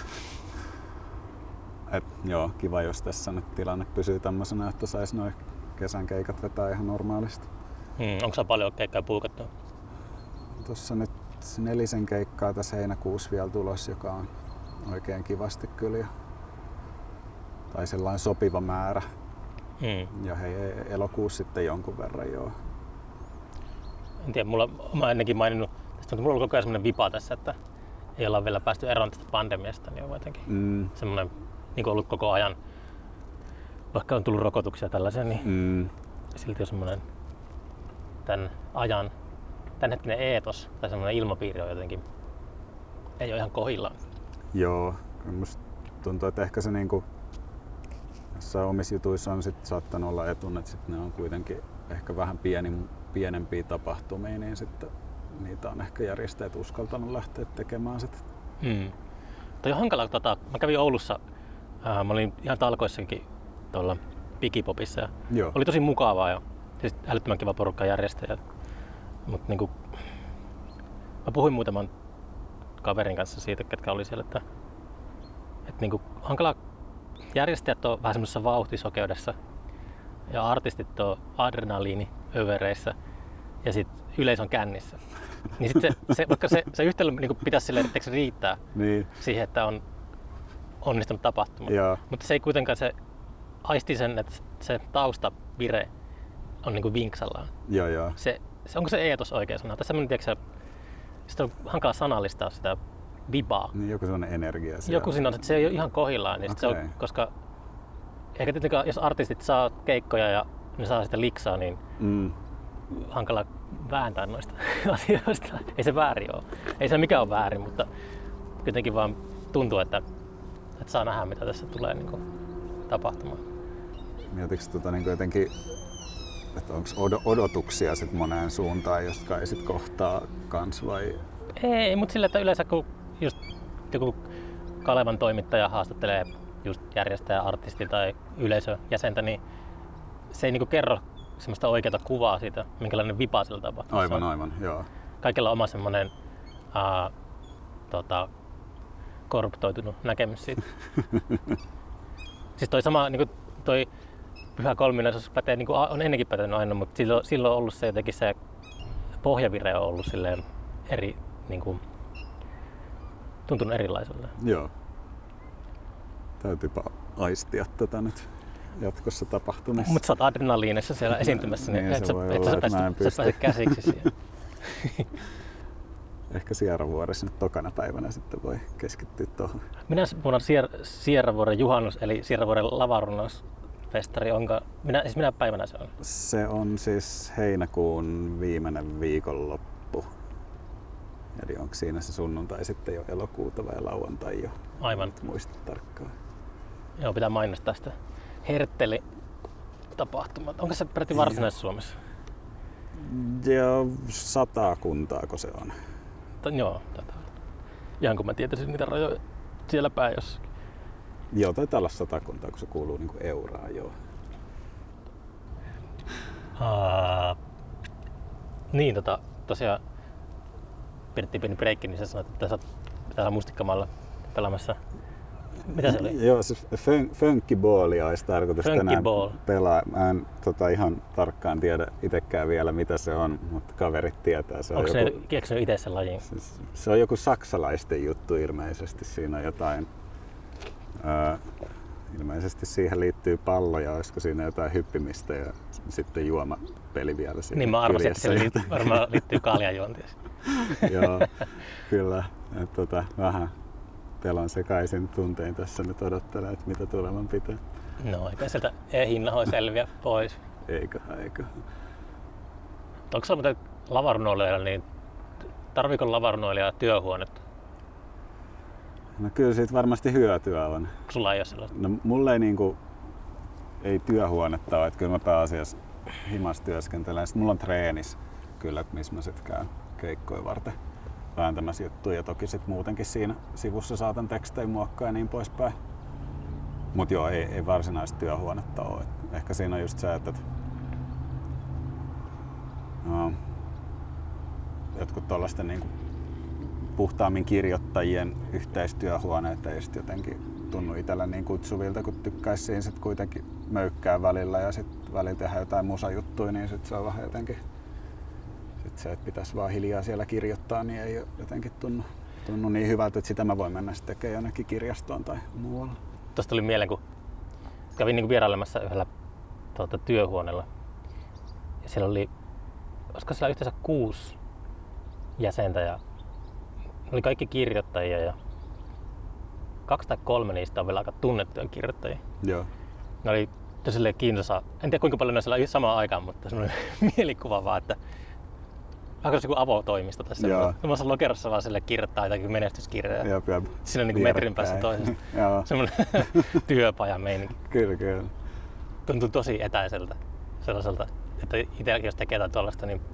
Joo, kiva jos tässä nyt tilanne pysyy tämmöisenä, että sais noin kesän keikat vetää ihan normaalisti. Onko sä paljon keikkaa puukattu? Tuossa nyt 4 keikkaa tässä heinäkuussa vielä tulos, joka on oikein kivasti kyllä. Tai sellainen sopiva määrä. Ja elokuussa sitten jonkun verran joo. En tiedä, mä ennenkin maininnut, että mulla on koko ajan semmoinen vipa tässä, että ei olla vielä päästy eroon tästä pandemiasta, niin on jotenkin semmoinen niin ollut koko ajan, vaikka on tullut rokotuksia tällaisia, niin silti on semmoinen tämänhetkinen eetos tai semmoinen ilmapiiri on jotenkin, ei ole ihan kohdillaan. Joo, musta tuntuu, että ehkä se niinku jossain omissa jutuissa on sit saattanut olla etun, että sit ne on kuitenkin ehkä vähän pienempiä tapahtumia, niin sitten niitä on ehkä järjestäjät uskaltanut lähteä tekemään sitä. Toi on hankala, mä kävin Oulussa, mä olin ihan talkoissakin tuolla Pikipopissa ja oli tosi mukavaa ja siis älyttömän kiva porukka järjestäjät. Mut niinku, mä puhuin muutaman kaverin kanssa siitä, ketkä oli siellä, että niinku hankala, järjestäjät on vähän semmoisessa vauhtisokeudessa ja artistit on adrenaliiniövereissä ja sit yleisö on kännissä. Niin sit vaikka se yhtälö niin pitäisi silleen, että se riittää siihen, että on onnistunut tapahtuma. Mutta se ei kuitenkaan aisti sen, että se taustavire on niin vinksallaan. Onko se eetos oikea sana? Tai semmoinen, tiedätkö, sitä on hankala sanallistaa sitä vibaa. Niin joku sellainen energia siellä. Joku siinä on, että se ei ole ihan kohdillaan. Niin se on, koska ehkä tietenkään, jos artistit saa keikkoja ja ne saa sitä liksaa, niin hankala vääntää noista asioista. Ei se väärin ole. Ei se mikään ole väärin, mutta jotenkin vaan tuntuu, että saa nähdä, mitä tässä tulee niin kuin tapahtumaan. Mietitkö niin jotenkin, että onko odotuksia sit moneen suuntaan, jotka ei sit kohtaa kans vai? Ei, mutta sillä, että yleensä kun just joku Kalevan toimittaja haastattelee just järjestäjä, artisti tai yleisöjäsentä, niin se ei niinku kerro semmoista oikeaa kuvaa siitä, minkälainen vipa sillä tapahtuu. Aivan, joo. Kaikilla on oma semmoinen korruptoitunut näkemys siitä. Siis toi sama, niinku toi pyhä kolminaisuus pätee, niinku on ennenkin pätenyt aina, mutta silloin on ollut se jotenkin se pohjavire on ollut silleen eri, niinku, tuntunut erilaiselta. Joo. Täytyypä aistia tätä nyt jatkossa tapahtumassa. Mutta sä oot adrenaliinissa siellä esiintymässä, niin et sä pääse käsiksi siihen. Ehkä Sierravuoressa nyt tokana päivänä sitten voi keskittyä tuohon. Minä Sierravuoren juhannus, eli Sierravuoren lavarunnosfestari, minä päivänä se on? Se on siis heinäkuun viimeinen viikonloppu. Eli onko siinä se sunnuntai sitten jo elokuuta vai lauantai jo? Aivan. Nyt muista tarkkaan. Joo, pitää mainostaa sitä Hertteli-tapahtumaa. Onko se peräti Varsinais-Suomessa? Joo, 100 kuntaako se on? Joo, ihan kun mä tietäisin niitä rajoja siellä päin jossakin. Joo, taitaa olla 100 kuntaa, kun se kuuluu niinku Euraan, joo. Niin, tosiaan pidettiin pieni breikki, niin sä sanoit, että sä pitää olla mustikkamalla pelaamassa. Mitä se oli? Joo, se Funkyballia olisi tarkoitus tänään pelaa. Mä en ihan tarkkaan tiedä itsekään vielä mitä se on, mutta kaverit tietää. Onko ne keksinyt itse sen lajin? Se on joku saksalaisten juttu ilmeisesti. Siinä on jotain, ilmeisesti siihen liittyy pallo ja olisiko siinä jotain hyppimistä ja sitten juomapeli vielä siinä. Niin mä arvasin, että se varmaan liittyy kaljanjuontiin. Joo, kyllä. Vähän pelon sekaisin tuntein tässä nyt odottelee, että mitä tulevan pitää. No, eikä sieltä hinnahoin selviä pois. Eikö. Onko sulla muuten lavarunoilijoilla, niin tarviiko lavarunoilija työhuonetta? No kyllä siitä varmasti hyötyä on. Sulla ei ole sellaista? No mulla ei työhuonetta ole, että kyllä mä pääasiassa himas työskentelen. Sitten mulla on treenis kyllä, missä mä sit käyn keikkoja varten vääntämässä juttuja ja toki sit muutenkin siinä sivussa saatan tekstejä muokkaa ja niin poispäin. Mut joo, ei varsinaista työhuonetta ole. Ehkä siinä on just se, että jotkut tollaisten niinku puhtaammin kirjoittajien yhteistyöhuoneet ei sit jotenkin tunnu itsellä niin kutsuvilta, kun tykkäis siinä sit kuitenkin möykkää välillä ja sit välillä tehdä jotain musajuttuja, niin sit se on vähän jotenkin Sitten se, että pitäisi vaan hiljaa siellä kirjoittaa, niin ei jotenkin tunnu niin hyvältä, että sitä mä voin mennä sitten tekemään jonnekin kirjastoon tai muualle. Tuosta tuli mieleen, kun kävin niin vierailemassa yhdellä työhuoneella. Ja siellä olisiko siellä yhteensä 6 jäsentä ja oli kaikki kirjoittajia ja 2 tai 3 niistä on vielä aika tunnettuja kirjoittajia. Joo. Ne oli tosi kiintoisaa. En tiedä kuinka paljon ne siellä samaan aikaan, mutta semmoinen mielikuva vaan, että vähän joku avotoimisto tässä. Semmoisessa lokerossa vaan sille kirjoittaa jotakin menestyskirjaa. Jop. Siinä on niin metrin päässä toisesta. Semmoinen työpajan meininki. Kyllä. Tuntuu tosi etäiseltä sellaiselta, että itselläkin jos tekee jotain tuollaista, niin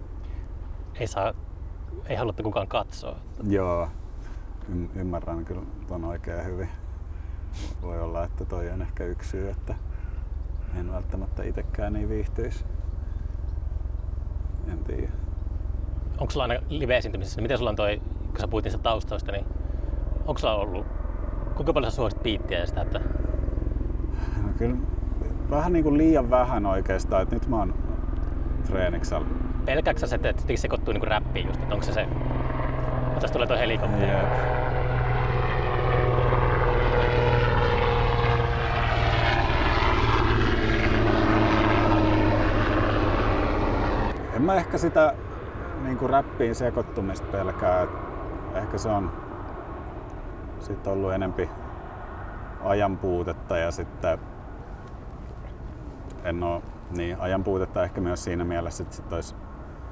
ei halua kukaan katsoa. Joo, ymmärrän kyllä ton oikein hyvin. Voi olla, että toi on ehkä yksi syy, että en välttämättä itsekään niin viihtyisi. En tiedä. Onko sulla aina live-esiintymisessä, miten sulla on toi, kun sä puhuit niistä taustoista, niin onko sulla ollut, kuinka paljon sä suosit biittiä ja sitä, että... No kyllä vähän niin kuin liian vähän oikeastaan, että nyt mä oon treeniksellä. Pelkääksä se, että sekoittuu niin kuin räppiin just, että onko se, että tässä tulee toi helikopteri? En mä ehkä sitä niin kuin räppiin sekoittumista pelkää. Ehkä se on sitten ollut enempi ajanpuutetta ja sitten en oo niin ajanpuutetta ehkä myös siinä mielessä, että sit olisi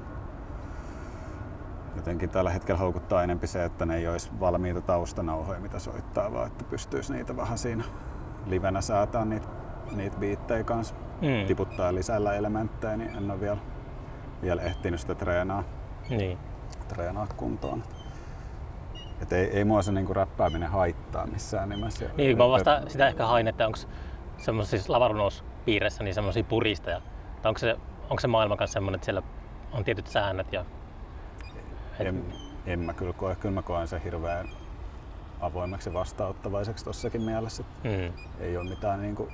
jotenkin tällä hetkellä houkuttaa enempi se, että ne ei olisi valmiita taustanauhoja, mitä soittaa, vaan että pystyisi niitä vähän siinä livenä säätämään niitä biittejä kanssa, tiputtaa lisällä elementtejä, niin en ole vielä ehtinyt sitä treenaa kuntoon. Et ei mua se niinku räppääminen haittaa missään nimessä. Niin, mä vasta sitä ehkä hain, että onko semmoisissa lavarunouspiireissä niin semmoisia puristeja. Tai onko se maailman kanssa semmoinen, että siellä on tietyt säännöt? En mä kyllä koe. Kyllä mä koen sen hirveän avoimeksi ja vastaanottavaiseksi tossakin mielessä. Ei ole mitään niinku...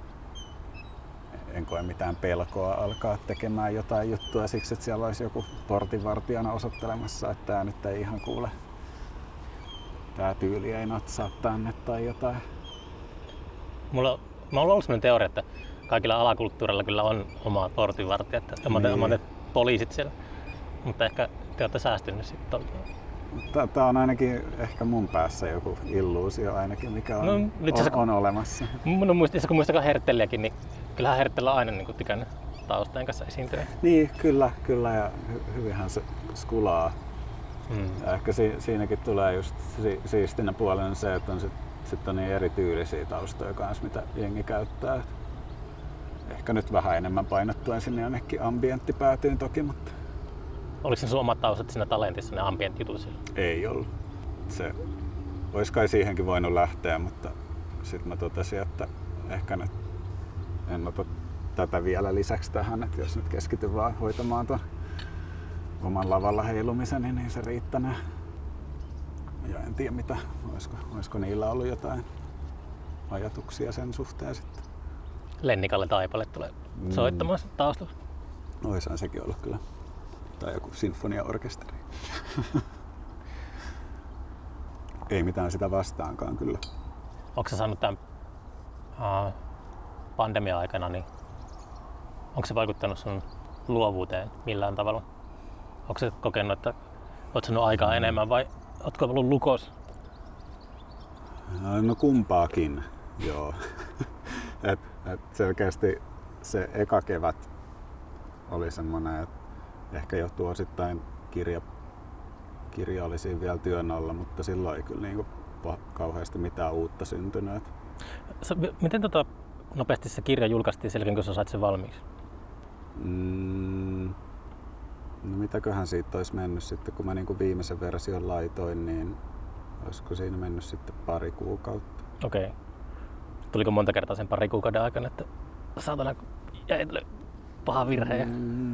En koe mitään pelkoa alkaa tekemään jotain juttua siksi, että siellä olisi joku portinvartijana osoittelemassa, että tää nyt ei ihan kuule. Tää tyyli ei natsaa tänne tai jotain. Mulla on ollut sellainen teoria, että kaikilla alakulttuureilla kyllä on oma portinvartija, omat poliisit siellä. Mutta ehkä te olette säästyneet sitten. Tää on ainakin ehkä mun päässä joku illuusio ainakin, mikä on olemassa. Mun muistissa, kun muistakaan Hertteliäkin, niin kyllähän Herttelä on aina niin tykännyt taustojen kanssa esiintyä. Niin, kyllä ja hyvinhän se skulaa. Ja ehkä siinäkin tulee just siistinä puolena se, että on sit on niin erityylisiä taustoja kanssa, mitä jengi käyttää. Ehkä nyt vähän enemmän painottuen sinne jonnekin ambienttipäätyyn toki, mutta... Oliko se sun omat taustat siinä Talentissa, ne ambient-jutut siellä? Ei ollut. Se olisi kai siihenkin voinut lähteä, mutta sitten mä totesin, että ehkä nyt en ota tätä vielä lisäksi tähän, että jos nyt keskityn vaan hoitamaan ton oman lavalla heilumisen, niin se riittänee. Ja en tiedä mitä, olisiko niillä ollut jotain ajatuksia sen suhteen sitten. Lennikalle Taipale tulee soittamaan taustalla. Oishan sekin ollut kyllä. Tai joku sinfoniaorkesteri. Ei mitään sitä vastaankaan kyllä. Onko sä saanut tämän pandemia-aikana, niin onko se vaikuttanut sun luovuuteen millään tavalla? Onko se kokenut, että oot saanut aikaa enemmän vai ootko ollut lukos? No kumpaakin, joo. et selkeästi se eka kevät oli semmoinen, että ehkä johtuu osittain kirja oli siinä vielä työn alla, mutta silloin ei kyllä niinku kauheasti mitään uutta syntynyt. Miten nopeasti se kirja julkaistiin selkeän, kun sä sait sen valmiiksi? No mitäköhän siitä olisi mennyt sitten, kun mä niinku viimeisen version laitoin, niin olisiko siinä mennyt sitten 2 kuukautta. Okei. Tuliko monta kertaa sen 2 kuukauden aikana, että saatana jäi paha virhe?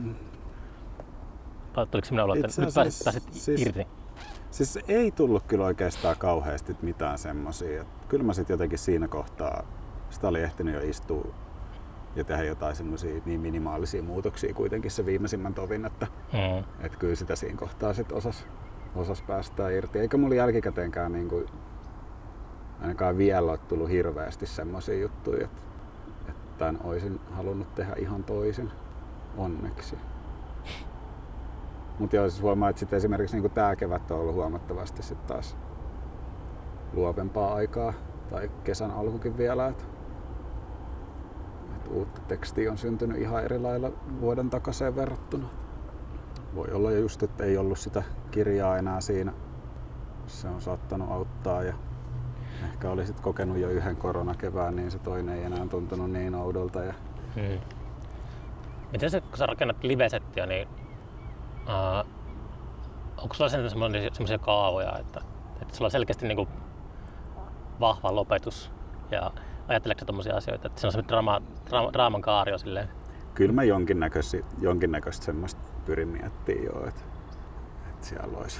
Tuliko semmoinen olo, että nyt pääsit irti? Siis ei tullut kyllä oikeastaan kauheasti mitään semmosia. Kyllä mä sit jotenkin siinä kohtaa, sitä oli ehtinyt jo ja tehdä jotain semmoisia niin minimaalisia muutoksia kuitenkin se viimeisimmän tovin, että kyllä sitä siinä kohtaa sit osas päästää irti. Eikä mulla jälkikäteenkään niin kuin, ainakaan vielä ole tullut hirveästi semmoisia juttuja, että tämän olisin halunnut tehdä ihan toisin, onneksi. Mutta jos huomaa, että sit esimerkiksi niin tämä kevät on ollut huomattavasti sit taas luovempaa aikaa, tai kesän alkukin vielä, että uutta tekstiä on syntynyt ihan eri lailla vuoden takaiseen verrattuna. Voi olla jo just, että ei ollut sitä kirjaa enää siinä. Se on saattanut auttaa ja ehkä olisit kokenut jo yhden koronakevään, niin se toinen ei enää tuntunut niin oudolta. Miten se, kun sä rakennat live-settiä, niin onko sulla semmoisia kaavoja, että sulla on selkeästi niinku vahva lopetus ja ajatteleeko sä tommosia asioita, että se on semmoinen draaman kaario silleen? Kyllä mä jonkinnäköistä semmoista pyrin miettimään jo, että siellä olisi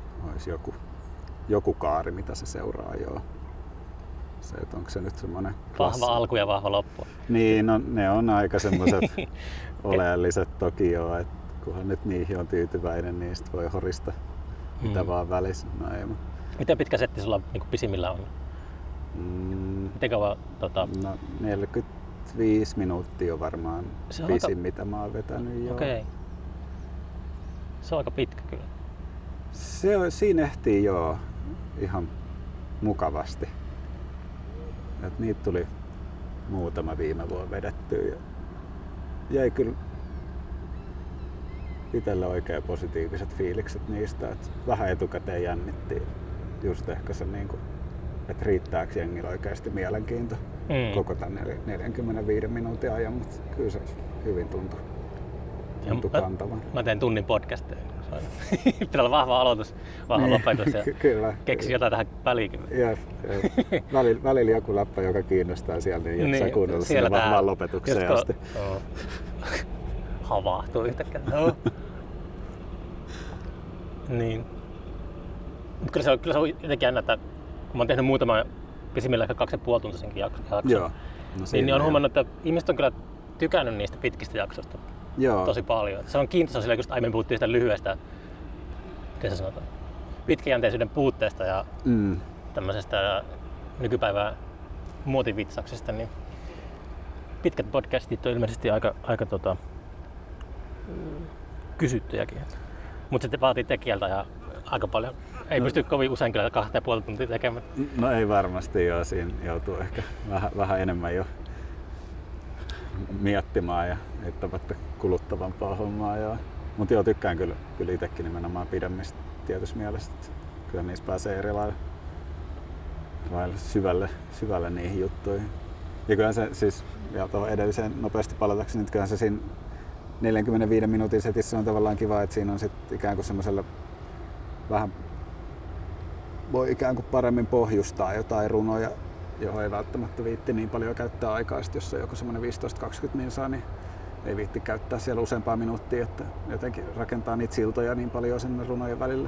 joku kaari, mitä se seuraa joo. Se, että onko se nyt semmoinen vahva alku ja vahva loppu. Niin, no, ne on aika semmoiset oleelliset toki joo, että kunhan nyt niihin on tyytyväinen, niin sit voi horista mitä vaan välissä. No, ei, miten pitkä setti sulla niin pisimmillä on? Miten kauan? No 45 minuuttia on varmaan pisin, mitä mä oon vetänyt jo. Okei. Se on aika pitkä kyllä. Siinä ehtii joo ihan mukavasti. Et niitä tuli muutama viime vuonna vedettyä ja jäi kyllä itselle oikein positiiviset fiilikset niistä, että vähän etukäteen jännittiin just ehkä se niinku, että riittääkö jengillä oikeasti mielenkiinto koko tämän 45 minuutin ajan, mutta kyllä se hyvin tuntui kantavan. Mä teen tunnin podcasteja. Pitää olla vahva aloitus, vahva lopetus ja keksi jotain tähän väliinkin. Välillä joku läppä, joka kiinnostaa siellä, niin jaksaa kuunnella sinne vahvaan lopetukseen asti. Havahtuu yhtäkkiä. Niin. Mutta kyllä se on jotenkin jännä, että kun mä oon tehnyt muutama pisimmillä ehkä 2,5 tuntisenkin jakson, niin on huomannut, että ihmiset on kyllä tykännyt niistä pitkistä jaksoista tosi paljon. Se on kiintoisa sillä, kun aiemmin puhuttiin sitä lyhyestä, miten se sanotaan, pitkäjänteisyyden puutteesta ja tämmöisestä nykypäivän muotivitsauksesta, niin pitkät podcastit on ilmeisesti aika kysyttyjäkin. Mutta sitten vaatii tekijältä ja aika paljon. Ei pysty kovin usein kyllä 2,5 tuntia tekemään. No ei varmasti joo, siinä joutuu ehkä vähän enemmän jo miettimään ja eittämättä kuluttavampaa hommaa. Mutta joo, tykkään kyllä itsekin nimenomaan pidemmistä tietyssä mielessä. Kyllä niissä pääsee eri lailla syvälle niihin juttuihin. Ja kyllähän se siis, vielä tuohon edelliseen nopeasti palatakseni, niin kyllähän se siinä 45 minuutin setissä on tavallaan kiva, että siinä on sit ikään kuin semmoisella vähän voi ikään kuin paremmin pohjustaa jotain runoja, johon ei välttämättä viitti niin paljon käyttää aikaa. Jos on joku semmoinen 15-20 minsaa, niin ei viitti käyttää siellä useampaa minuuttia, että jotenkin rakentaa niitä siltoja niin paljon sinne runojen välille.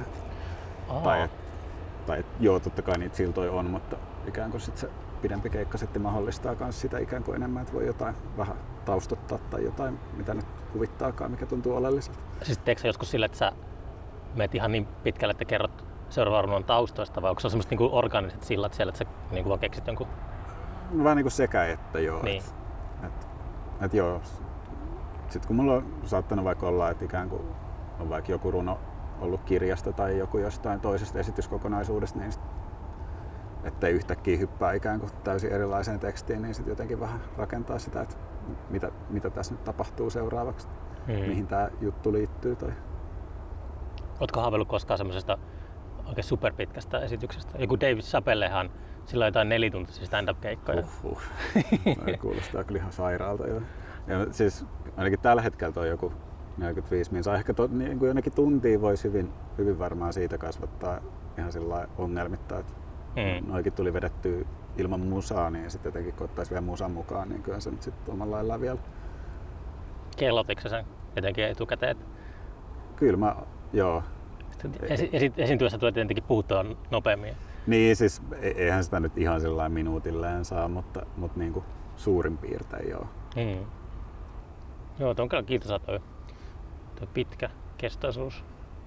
Tai joo, totta kai niitä siltoja on, mutta ikään kuin sit se pidempi keikka sitten mahdollistaa myös sitä ikään kuin enemmän, että voi jotain vähän taustottaa tai jotain, mitä nyt huvittaakaan, mikä tuntuu oleelliselta. Siis teekö sä joskus sille, että sä menet ihan niin pitkälle, että kerrot seuraavan runon taustoista, vai onko se semmoiset niinku orgaaniset sillat siellä, että sä niinku vaan keksit jonkun? No, vähän niinku sekä että joo. Niin. Et joo. Sitten kun mulla on saattanut vaikka olla, että ikään kuin on vaikka joku runo ollut kirjasta tai joku jostain toisesta esityskokonaisuudesta, niin ettei yhtäkkiä hyppää ikään kuin täysin erilaiseen tekstiin, niin sitten jotenkin vähän rakentaa sitä, että mitä tässä nyt tapahtuu seuraavaksi, mihin tämä juttu liittyy. Ootko haaveillut koskaan semmoisesta oikein superpitkästä esityksestä? Joku Dave Chappellehan, sillä on jotain 4-tuntisia stand-up-keikkoja. No, kuulostaa kyllä ihan sairaalta jo. Ja siis ainakin tällä hetkellä toi joku 45 minsaa. Ehkä niin kuin jonnekin tuntiin voisi hyvin varmaan siitä kasvattaa ihan sillä ongelmitta. Noikin tuli vedettyä ilman musaa, niin sitten jotenkin kun ottaisi vielä musan mukaan, niin kyllä se nyt sitten omalla laillaan vielä. Kellotitko sen jotenkin etukäteen? Kyllä joo. Esiintyessä tulee tietenkin puhuttua nopeammin. Niin, siis eihän sitä nyt ihan sellainen minuutilleen saa, mutta niin kuin suurin piirtein joo. Joo, tuo on kyllä kiintoisa tuo pitkä kestoisuus.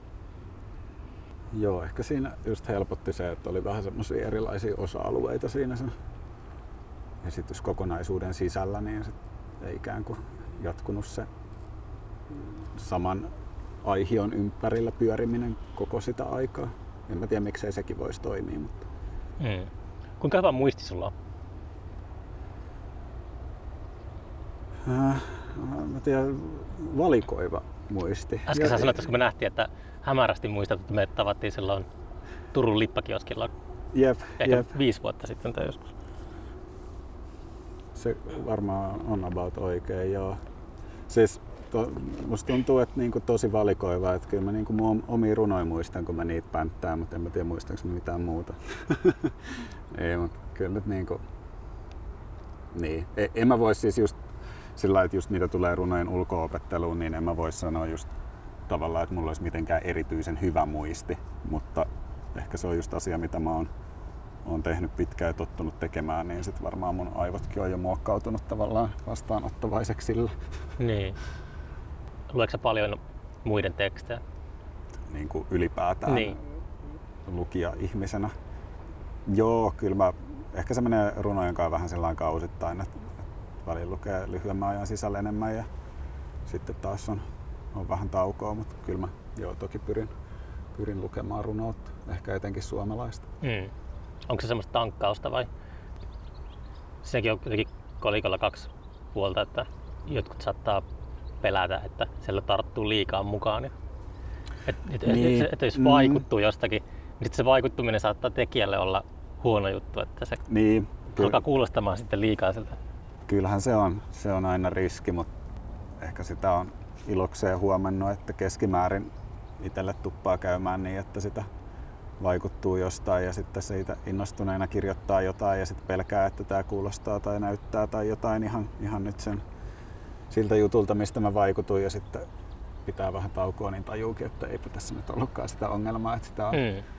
Joo, ehkä siinä just helpotti se, että oli vähän semmoisia erilaisia osa-alueita siinä sen esityskokonaisuuden sisällä, niin sit ei ikään kuin jatkunut se saman aihion ympärillä pyöriminen koko sitä aikaa. En mä tiedä, miksei sekin voisi toimia, mutta... Kuinka hyvä muisti sulla on? Mä tiedän, valikoiva muisti. Äsken sä sanoit, kun me nähtiin, että hämärästi muistat, että me tavattiin silloin Turun lippakioskilla ehkä 5 vuotta sitten tai joskus. Se varmaan on about oikein, joo. Siis musta tuntuu, että niinku tosi valikoiva, että kyllä mä niinku mun omia runoja muistan, kun mä niitä pänttään, mutta en mä tiedä muistanko mä mitään muuta. Ei, mutta kyllä nyt niinku... Niin. En mä vois siis just sillä, että just mitä tulee runojen ulko-opetteluun, niin en mä voi sanoa just tavallaan, että mulla olisi mitenkään erityisen hyvä muisti, mutta ehkä se on just asia, mitä mä oon tehnyt pitkään ja tottunut tekemään, niin sit varmaan mun aivotkin on jo muokkautunut tavallaan vastaanottavaiseksi sillä. Niin. Luetko sä paljon muiden tekstejä? Niin kuin ylipäätään niin. Lukija-ihmisenä. Joo, kyllä mä, ehkä se menee runojen kanssa vähän sellainen kausittain, että välillä lukee lyhyemmän ajan sisällä enemmän ja sitten taas on vähän taukoa, mutta kyllä mä toki pyrin lukemaan runoutta, ehkä etenkin suomalaista. Onko se semmoista tankkausta vai? Siinäkin on jotenkin kolikolla 2 puolta, että jotkut saattaa pelätä, että siellä tarttuu liikaa mukaan. Että jos vaikuttuu jostakin, niin sitten se vaikuttuminen saattaa tekijälle olla huono juttu, että se alkaa kuulostamaan sitten liikaa siltä. Kyllähän se on aina riski, mutta ehkä sitä on ilokseen huomannut, että keskimäärin itselle tuppaa käymään niin, että sitä vaikuttuu jostain ja sitten siitä innostuneena kirjoittaa jotain ja sitten pelkää, että tämä kuulostaa tai näyttää tai jotain ihan nyt sen siltä jutulta, mistä mä vaikutuin ja sitten pitää vähän taukoa, niin tajuukin, että eipä tässä nyt ollutkaan sitä ongelmaa, että sitä on.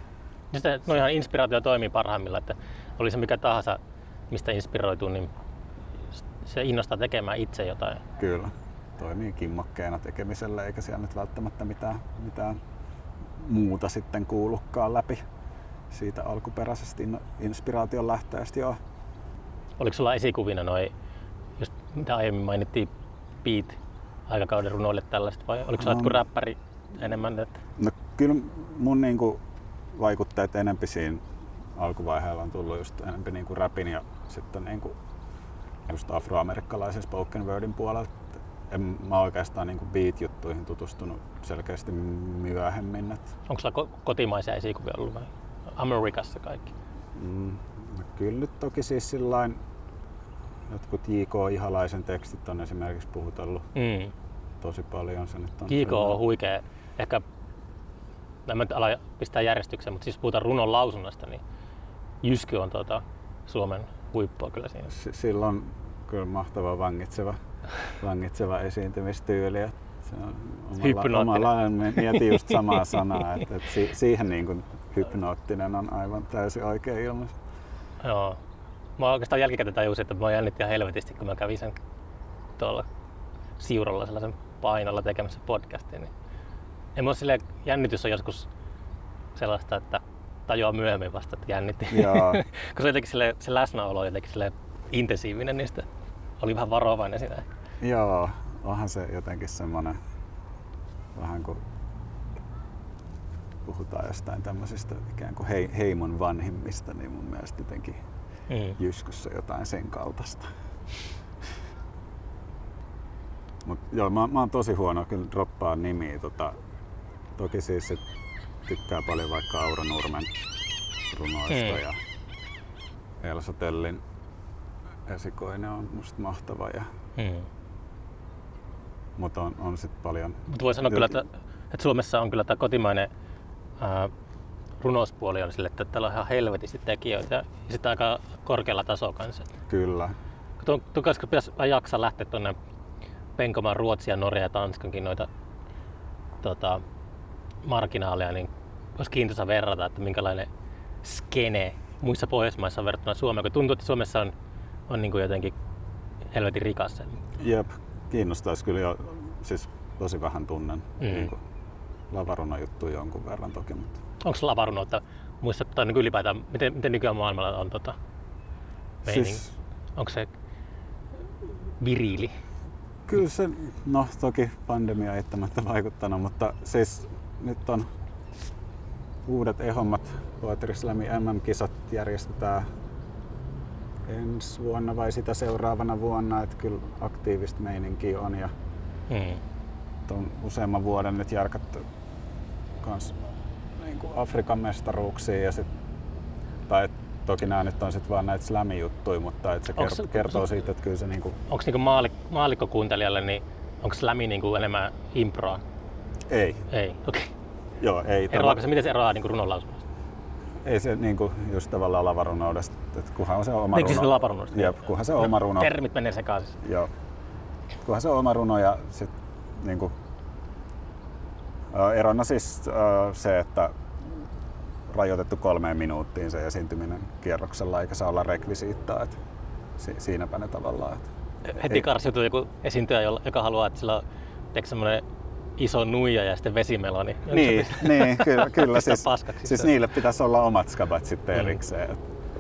No ihan inspiraatio toimii parhaimmillaan, että oli se mikä tahansa, mistä inspiroituu, niin se innostaa tekemään itse jotain. Kyllä, toimii kimmokkeena tekemiselle eikä siellä nyt välttämättä mitään muuta sitten kuulukaan läpi siitä alkuperäisestä inspiraation lähteestä. Joo. Oliko sulla esikuvina just mitä aiemmin mainittiin, beat-aikakauden runoille tällaista vai oliko sulla jotkut räppäri enemmän? Että... No kyllä mun niinku vaikutteet enempi siinä alkuvaiheella on tullut just enempi niinku rapin ja sitten niinku just afroamerikkalaisen spoken wordin puolelta. En mä oikeastaan niinku beat-juttuihin tutustunut selkeästi myöhemmin. Onko sulla kotimaisia esikuvia ollut vai Amerikassa kaikki? No kyllä nyt toki siis sillain jotkut J.K. Ihalaisen tekstit on esimerkiksi puhutellut tosi paljon. Se nyt on J.K. on huikea. Ehkä, en mä ala pistää järjestykseen, mutta siis puhutaan runon lausunnasta, niin Jysky on Suomen huippua kyllä siinä. Sillä on kyllä mahtava vangitseva esiintymistyyli. Se on omalla mietin just samaa sanaa, että siihen niin kuin hypnoottinen on aivan täysin oikein ilmaisu. Joo. Mä oikeastaan jälkikäteen tajusin, että mä jännitti ihan helvetisti, kun mä kävin sen tuolla Siurolla sellaisen painolla tekemässä podcastia. Niin en mä silleen, jännitys on joskus sellaista, että tajuaa myöhemmin vasta, että jännitti. Kun se jotenkin se läsnäolo on jotenkin intensiivinen, niin sitä oli vähän varovainen siinä. Joo, onhan se jotenkin semmoinen vähän kuin puhutaan jostain tämmöisistä ikään kuin heimon vanhimmista, niin mun mielestä jotenkin Jyskyssä jotain sen kaltaista. Mut joo, mä oon tosi huono kyllä droppaa nimiä. Toki siis tykkää paljon vaikka Aura Nurmen runoista ja Elsa Tellin esikoinen on musta mahtava. Mutta on sit paljon... Mutta voi sanoa kyllä, että Suomessa on kyllä tämä kotimainen runouspuoli on sille, että täällä on ihan helvetisti tekijöitä ja sitten aika korkealla tasolla kanssa. Kyllä. Kun pitäisi jaksaa lähteä tuonne penkomaan Ruotsia, Norja ja Tanskankin noita marginaaleja, niin olisi kiintoisa verrata, että minkälainen skene muissa Pohjoismaissa on verrattuna Suomeen. Kun tuntuu, että Suomessa on niin kuin jotenkin helvetin rikas. Jep, kiinnostaisi kyllä jo, siis tosi vähän tunnen niin lavarunajuttuja jonkun verran toki. Mutta. Onko lavarunoita muista, tai niin ylipäätään, miten nykyään maailmalla on siis, onko se viriili? Kyllä se, no toki pandemia eittämättä vaikuttanut, mutta siis nyt on uudet ehommat Poetry Slamin MM-kisat järjestetään ensi vuonna vai sitä seuraavana vuonna, että kyllä aktiivista meininkiä on ja on useamman vuoden nyt järkätty kans niin kuin Afrikan mestaruuksia ja sit, tai toki nämä nyt on sit vaan näitä slämi-juttuja, mutta et se kertoo siitä, että kyllä se niinku... Onko niinku maallikkokuuntelijalle, niin onko slämi niinku enemmän improa? Ei. Ei, okei. Okay. Joo, ei. Miten se eroaa niinku runonlausumasta? Ei se niinku just tavallaan lavarunoudesta, että kunhan on se oma runo. Siis lavarunoudesta? Jep, kunhan se on oma runo. Termit menee sekaisin. Joo. Kunhan se on oma runo ja sit niinku... erona siis se, että rajoitettu 3 minuuttiin se esiintyminen kierroksella, eikä saa olla rekvisiittaa. Et siinäpä ne tavallaan. Heti karsiutuu joku esiintyjä, joka haluaa, että sillä on semmoinen iso nuija ja sitten vesimeloni. Niin, kyllä siis niille pitäisi olla omat skabat sitten erikseen.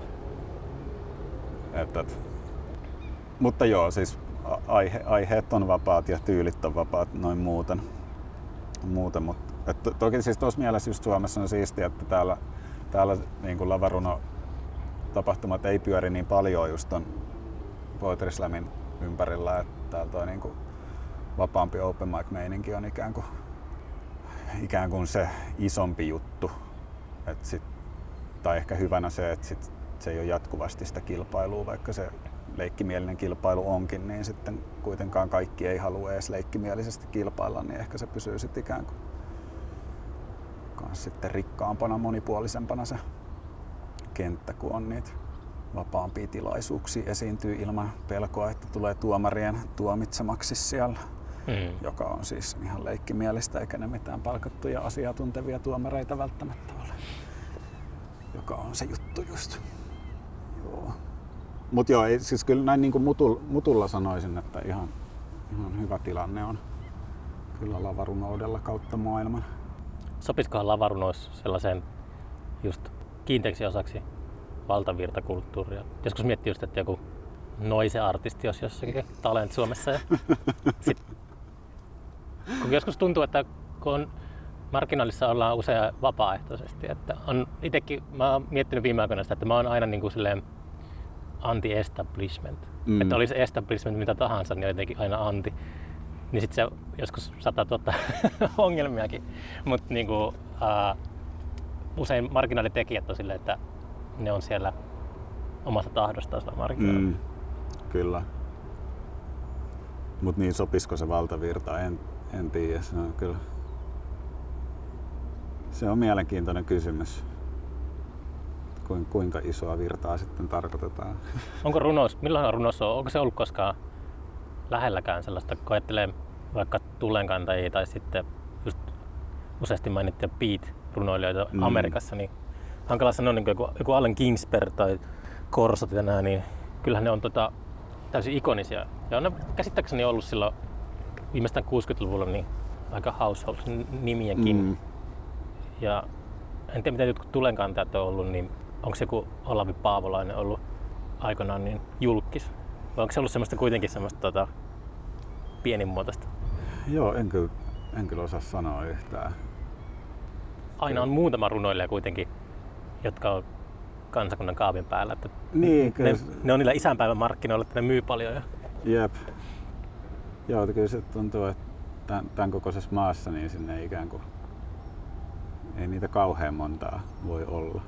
Mutta joo, siis aiheet on vapaat ja tyylit on vapaat noin muuten. Mutta toki siis tuossa mielessä just Suomessa on siistiä, että täällä niin kuin lavaruno tapahtumat ei pyöri niin paljon just ton Poetry Slamin ympärillä, että täällä toi niin kuin vapaampi open mic meininki on ikään kuin se isompi juttu. Tai ehkä hyvänä se, että se ei ole jatkuvasti sitä kilpailua, vaikka se leikkimielinen kilpailu onkin, niin sitten kuitenkaan kaikki ei halua edes leikkimielisesti kilpailla, niin ehkä se pysyy sitten ikään kuin kans sitten rikkaampana, monipuolisempana se kenttä, kun on niitä vapaampia tilaisuuksia esiintyy ilman pelkoa, että tulee tuomarien tuomitsemaksi siellä, joka on siis ihan leikkimielistä, eikä ne mitään palkattuja asiantuntevia tuomareita välttämättä ole, joka on se juttu just. Joo. Mut joo, siis kyllä näin niin kuin mutulla sanoisin, että ihan hyvä tilanne on kyllä lavarunoudella kautta maailman. Sopisikohan lavarunous sellaiseen just kiinteäksi osaksi valtavirtakulttuuria? Joskus miettii just, että joku noise-artisti olisi jossakin Talent Suomessa. Ja kun joskus tuntuu, että kun marginaalissa ollaan usein vapaaehtoisesti. Että on itsekin, mä oon miettinyt viime aikoina sitä, että mä oon aina niin kuin silleen anti-establishment. Että olisi establishment mitä tahansa, niin jotenkin aina anti. Niin sit se joskus saattaa tuottaa ongelmiakin. Mutta niinku, usein marginaalitekijät on silleen, että ne on siellä omasta tahdostaan sillä marginaalilla. Kyllä. Mut niin sopisiko se valtavirta? En tiedä. Se on kyllä. Se on mielenkiintoinen kysymys. Kuinka isoa virtaa sitten tarkoitetaan? Onko runous, millainen runous on? Onko se ollut koskaan lähelläkään sellaista, kun ajattelee vaikka tulenkantajia tai sitten just useasti mainittuja beat-runoilijoita Amerikassa, niin hankala sanoa niin joku Allen Ginsberg tai Korsot ja nää, niin kyllähän ne on täysin ikonisia. Ja on ne käsittääkseni ollut silloin viimeistään 60-luvulla niin aika household-nimienkin. Ja en tiedä, miten jotkut tulenkantajat on ollut, niin onko se joku Olavi Paavolainen ollut aikanaan niin julkis? Vai onko se ollut semmoista kuitenkin semmoista pienimuotoista? Joo, en kyllä osaa sanoa yhtään. Aina on muutama runoilija kuitenkin, jotka on kansakunnan kaapin päällä. Että niin, ne on niillä isänpäivän markkinoilla, että ne myy paljon. Jep. Joo, kyllä se tuntuu, että tämän kokoisessa maassa niin sinne ei ikään kuin ei niitä kauhean montaa voi olla.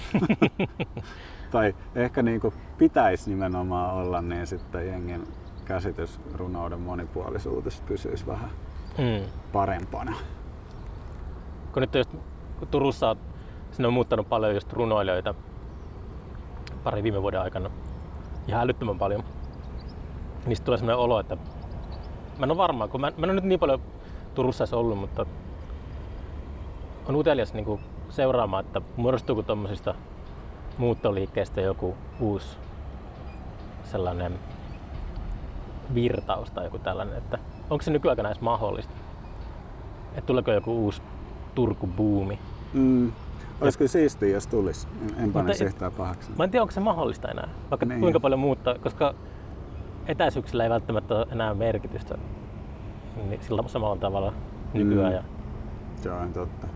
Tai ehkä niin kuin pitäisi nimenomaan olla, niin sitten jengin käsitys runouden monipuolisuudesta pysyisi vähän parempana. Kun nyt just Turussa sinne on muuttanut paljon just runoilijoita pari viime vuoden aikana, ihan älyttömän paljon, niin tulee sellainen olo, että mä en ole varma, kun mä en ole nyt niin paljon Turussa edes ollut, mutta on utelias niin seuraamaan, että muodostuuko tuommoisista muuttoliikkeistä joku uusi sellainen virtaus tai joku tällainen, että onko se nykyaikana edes mahdollista? Että tuleeko joku uusi Turku-buumi? Olisi kyllä siistiä, jos tulisi. En pane se yhtään pahaksi. Mä en tiedä, onko se mahdollista enää, vaikka niin. kuinka paljon muuttaa, koska etäisyyksillä ei välttämättä ole enää merkitystä niin sillä samalla tavalla nykyään. Ja se on totta.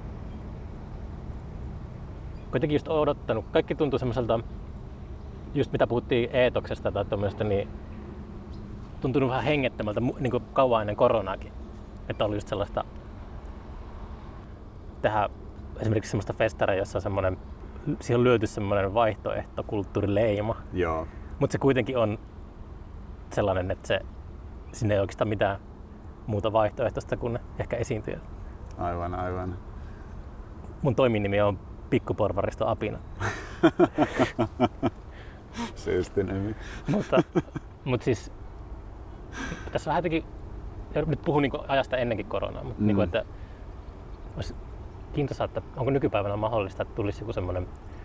kuitenkin just odottanut, kaikki tuntuu semmoiselta, just mitä puhuttiin eetoksesta tai tuommoista, niin tuntunut vähän hengettömältä niin kuin kauan ennen koronaakin. Että oli just sellaista tehdä esimerkiksi semmoista festaria, jossa siihen on lyöty semmoinen vaihtoehtokulttuurileima. Joo. Mutta se kuitenkin on sellainen, että sinne ei oikeastaan mitään muuta vaihtoehtoista kuin ehkä esiintyjät. Aivan. Mun toiminimi on Pikkuporvaristo Apina. Siisti nimi. mutta siis tässä vähän jotenkin, nyt puhun niinku ajasta ennenkin koronaa, mutta niinku, että olisi kiintoisaa, että onko nykypäivänä mahdollista, että tulisi joku semmoinen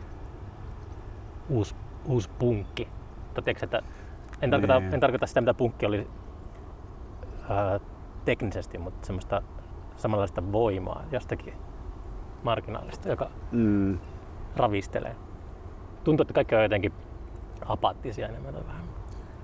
uusi punkki. Tiedätkö, että en tarkoita sitä, mitä punkki oli teknisesti, mutta semmoista samanlaista voimaa jostakin marginaalista, joka ravistelee. Tuntuu, että kaikki on jotenkin apaattisia enemmän tai vähän.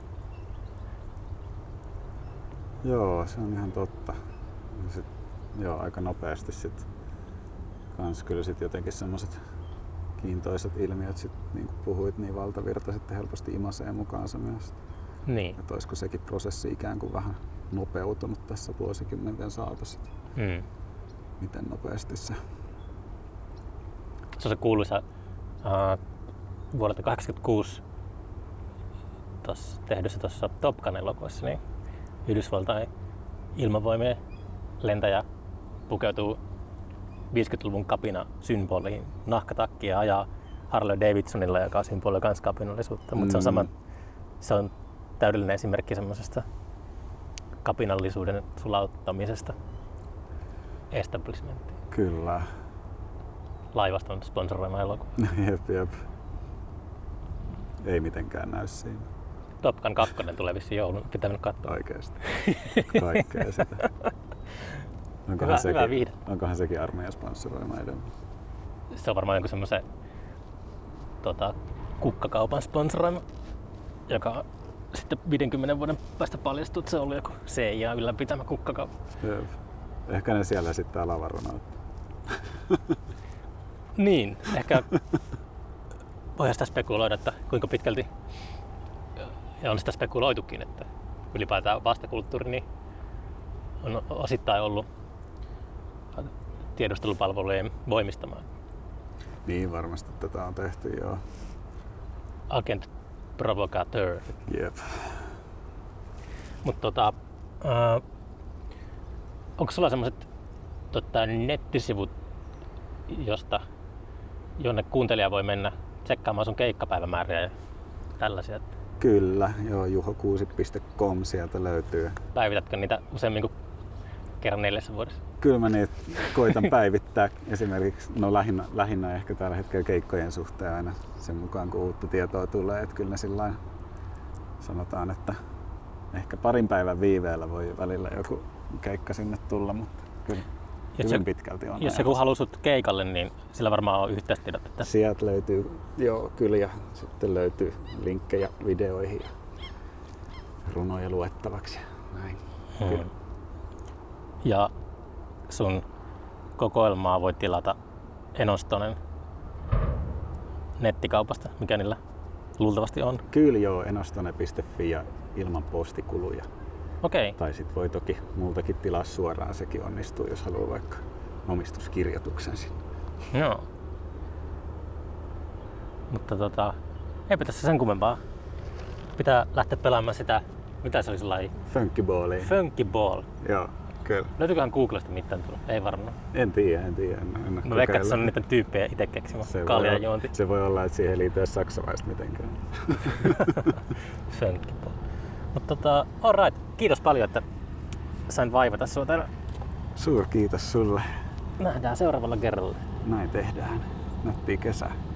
Joo, se on ihan totta. Aika nopeasti sit kans kyllä sit jotenkin semmoset kiintoiset ilmiöt sit, niin kuin puhuit, niin valtavirta sitten helposti imasee mukaansa myös. Niin. Että olisiko sekin prosessi ikään kuin vähän nopeutunut tässä vuosikymmenten saatossa. Miten nopeasti se. Se on se kuuluisa vuodelta 1986 tehdyssä tuossa Top Gun-elokuvassa, niin Yhdysvaltain ilmavoimien lentäjä pukeutuu 50-luvun kapina-symboliin nahkatakkiin ja ajaa Harley Davidsonilla, joka on symboli kans kapinallisuutta, mutta se on täydellinen esimerkki semmoisesta kapinallisuuden sulauttamisesta establishmenttiin. Kyllä. Laivasta on sponsoroima elokuva. Jep. Ei mitenkään näy siinä. Top Gun 2 tulee vissiin joulun, pitää mennä katsomaan. Oikeesti. Kaikkea sitä. Hyvä viihde. Onkohan sekin armeijan sponsoroima edelleen? Se on varmaan joku semmoisen kukkakaupan sponsoroima, joka sitten 50 vuoden päästä paljastuu, että se oli joku CIA ylläpitämä kukkakauppa. Jep. Ehkä ne siellä sitten alavaruna. Niin, ehkä voidaan sitä spekuloida, että kuinka pitkälti, ja on sitä spekuloitukin, että ylipäätään vastakulttuuri niin on osittain ollut tiedustelupalvelujen voimistamaan. Niin, varmasti tätä on tehty, joo. Agent Provocateur. Jep. Mutta onko sulla semmoiset nettisivut, jonne kuuntelija voi mennä tsekkaamaan sun keikkapäivämääriä ja tällaisia? Kyllä, joo, juhokuusi.com sieltä löytyy. Päivitätkö niitä useammin kuin kerran 4 vuodessa? Kyllä mä niitä koitan päivittää esimerkiksi, lähinnä ehkä tällä hetkellä keikkojen suhteen aina sen mukaan, kun uutta tietoa tulee. Että kyllä ne sillain sanotaan, että ehkä parin päivän viiveellä voi välillä joku keikka sinne tulla, mutta kyllä hyvin pitkälti on. Jos joku haluaa sut keikalle, niin sillä varmaan on yhteistiedot. Että sieltä löytyy, joo kyllä, ja sitten löytyy linkkejä videoihin ja runoja luettavaksi. Näin. Kyllä. Ja sun kokoelmaa voi tilata Enostonen nettikaupasta, mikä niillä luultavasti on. Kyllä joo, enostone.fi ja ilman postikuluja. Okei. Tai sit voi toki multakin tilaa suoraan, sekin onnistuu, jos haluaa vaikka omistuskirjoituksen sinne. Joo. Mutta eipä tässä sen kummempaa. Pitää lähteä pelaamaan sitä, mitä se oli sellainen? Funkkyballia. Funkyball. Joo, kyllä. Löytyyköhän Googlesta mitään tullut? Ei varmaan. En tiedä. Mä veikkaan, että se on niiden tyyppejä itse keksimä. Kaljan juonti. Se voi olla, että siihen liittyy saksalaista mitenkään. Funkyball. Mutta alright. Kiitos paljon, että sain vaivata sua täällä. Kiitos sulle. Nähdään seuraavalla kerralla. Näin tehdään. Nättiä kesää.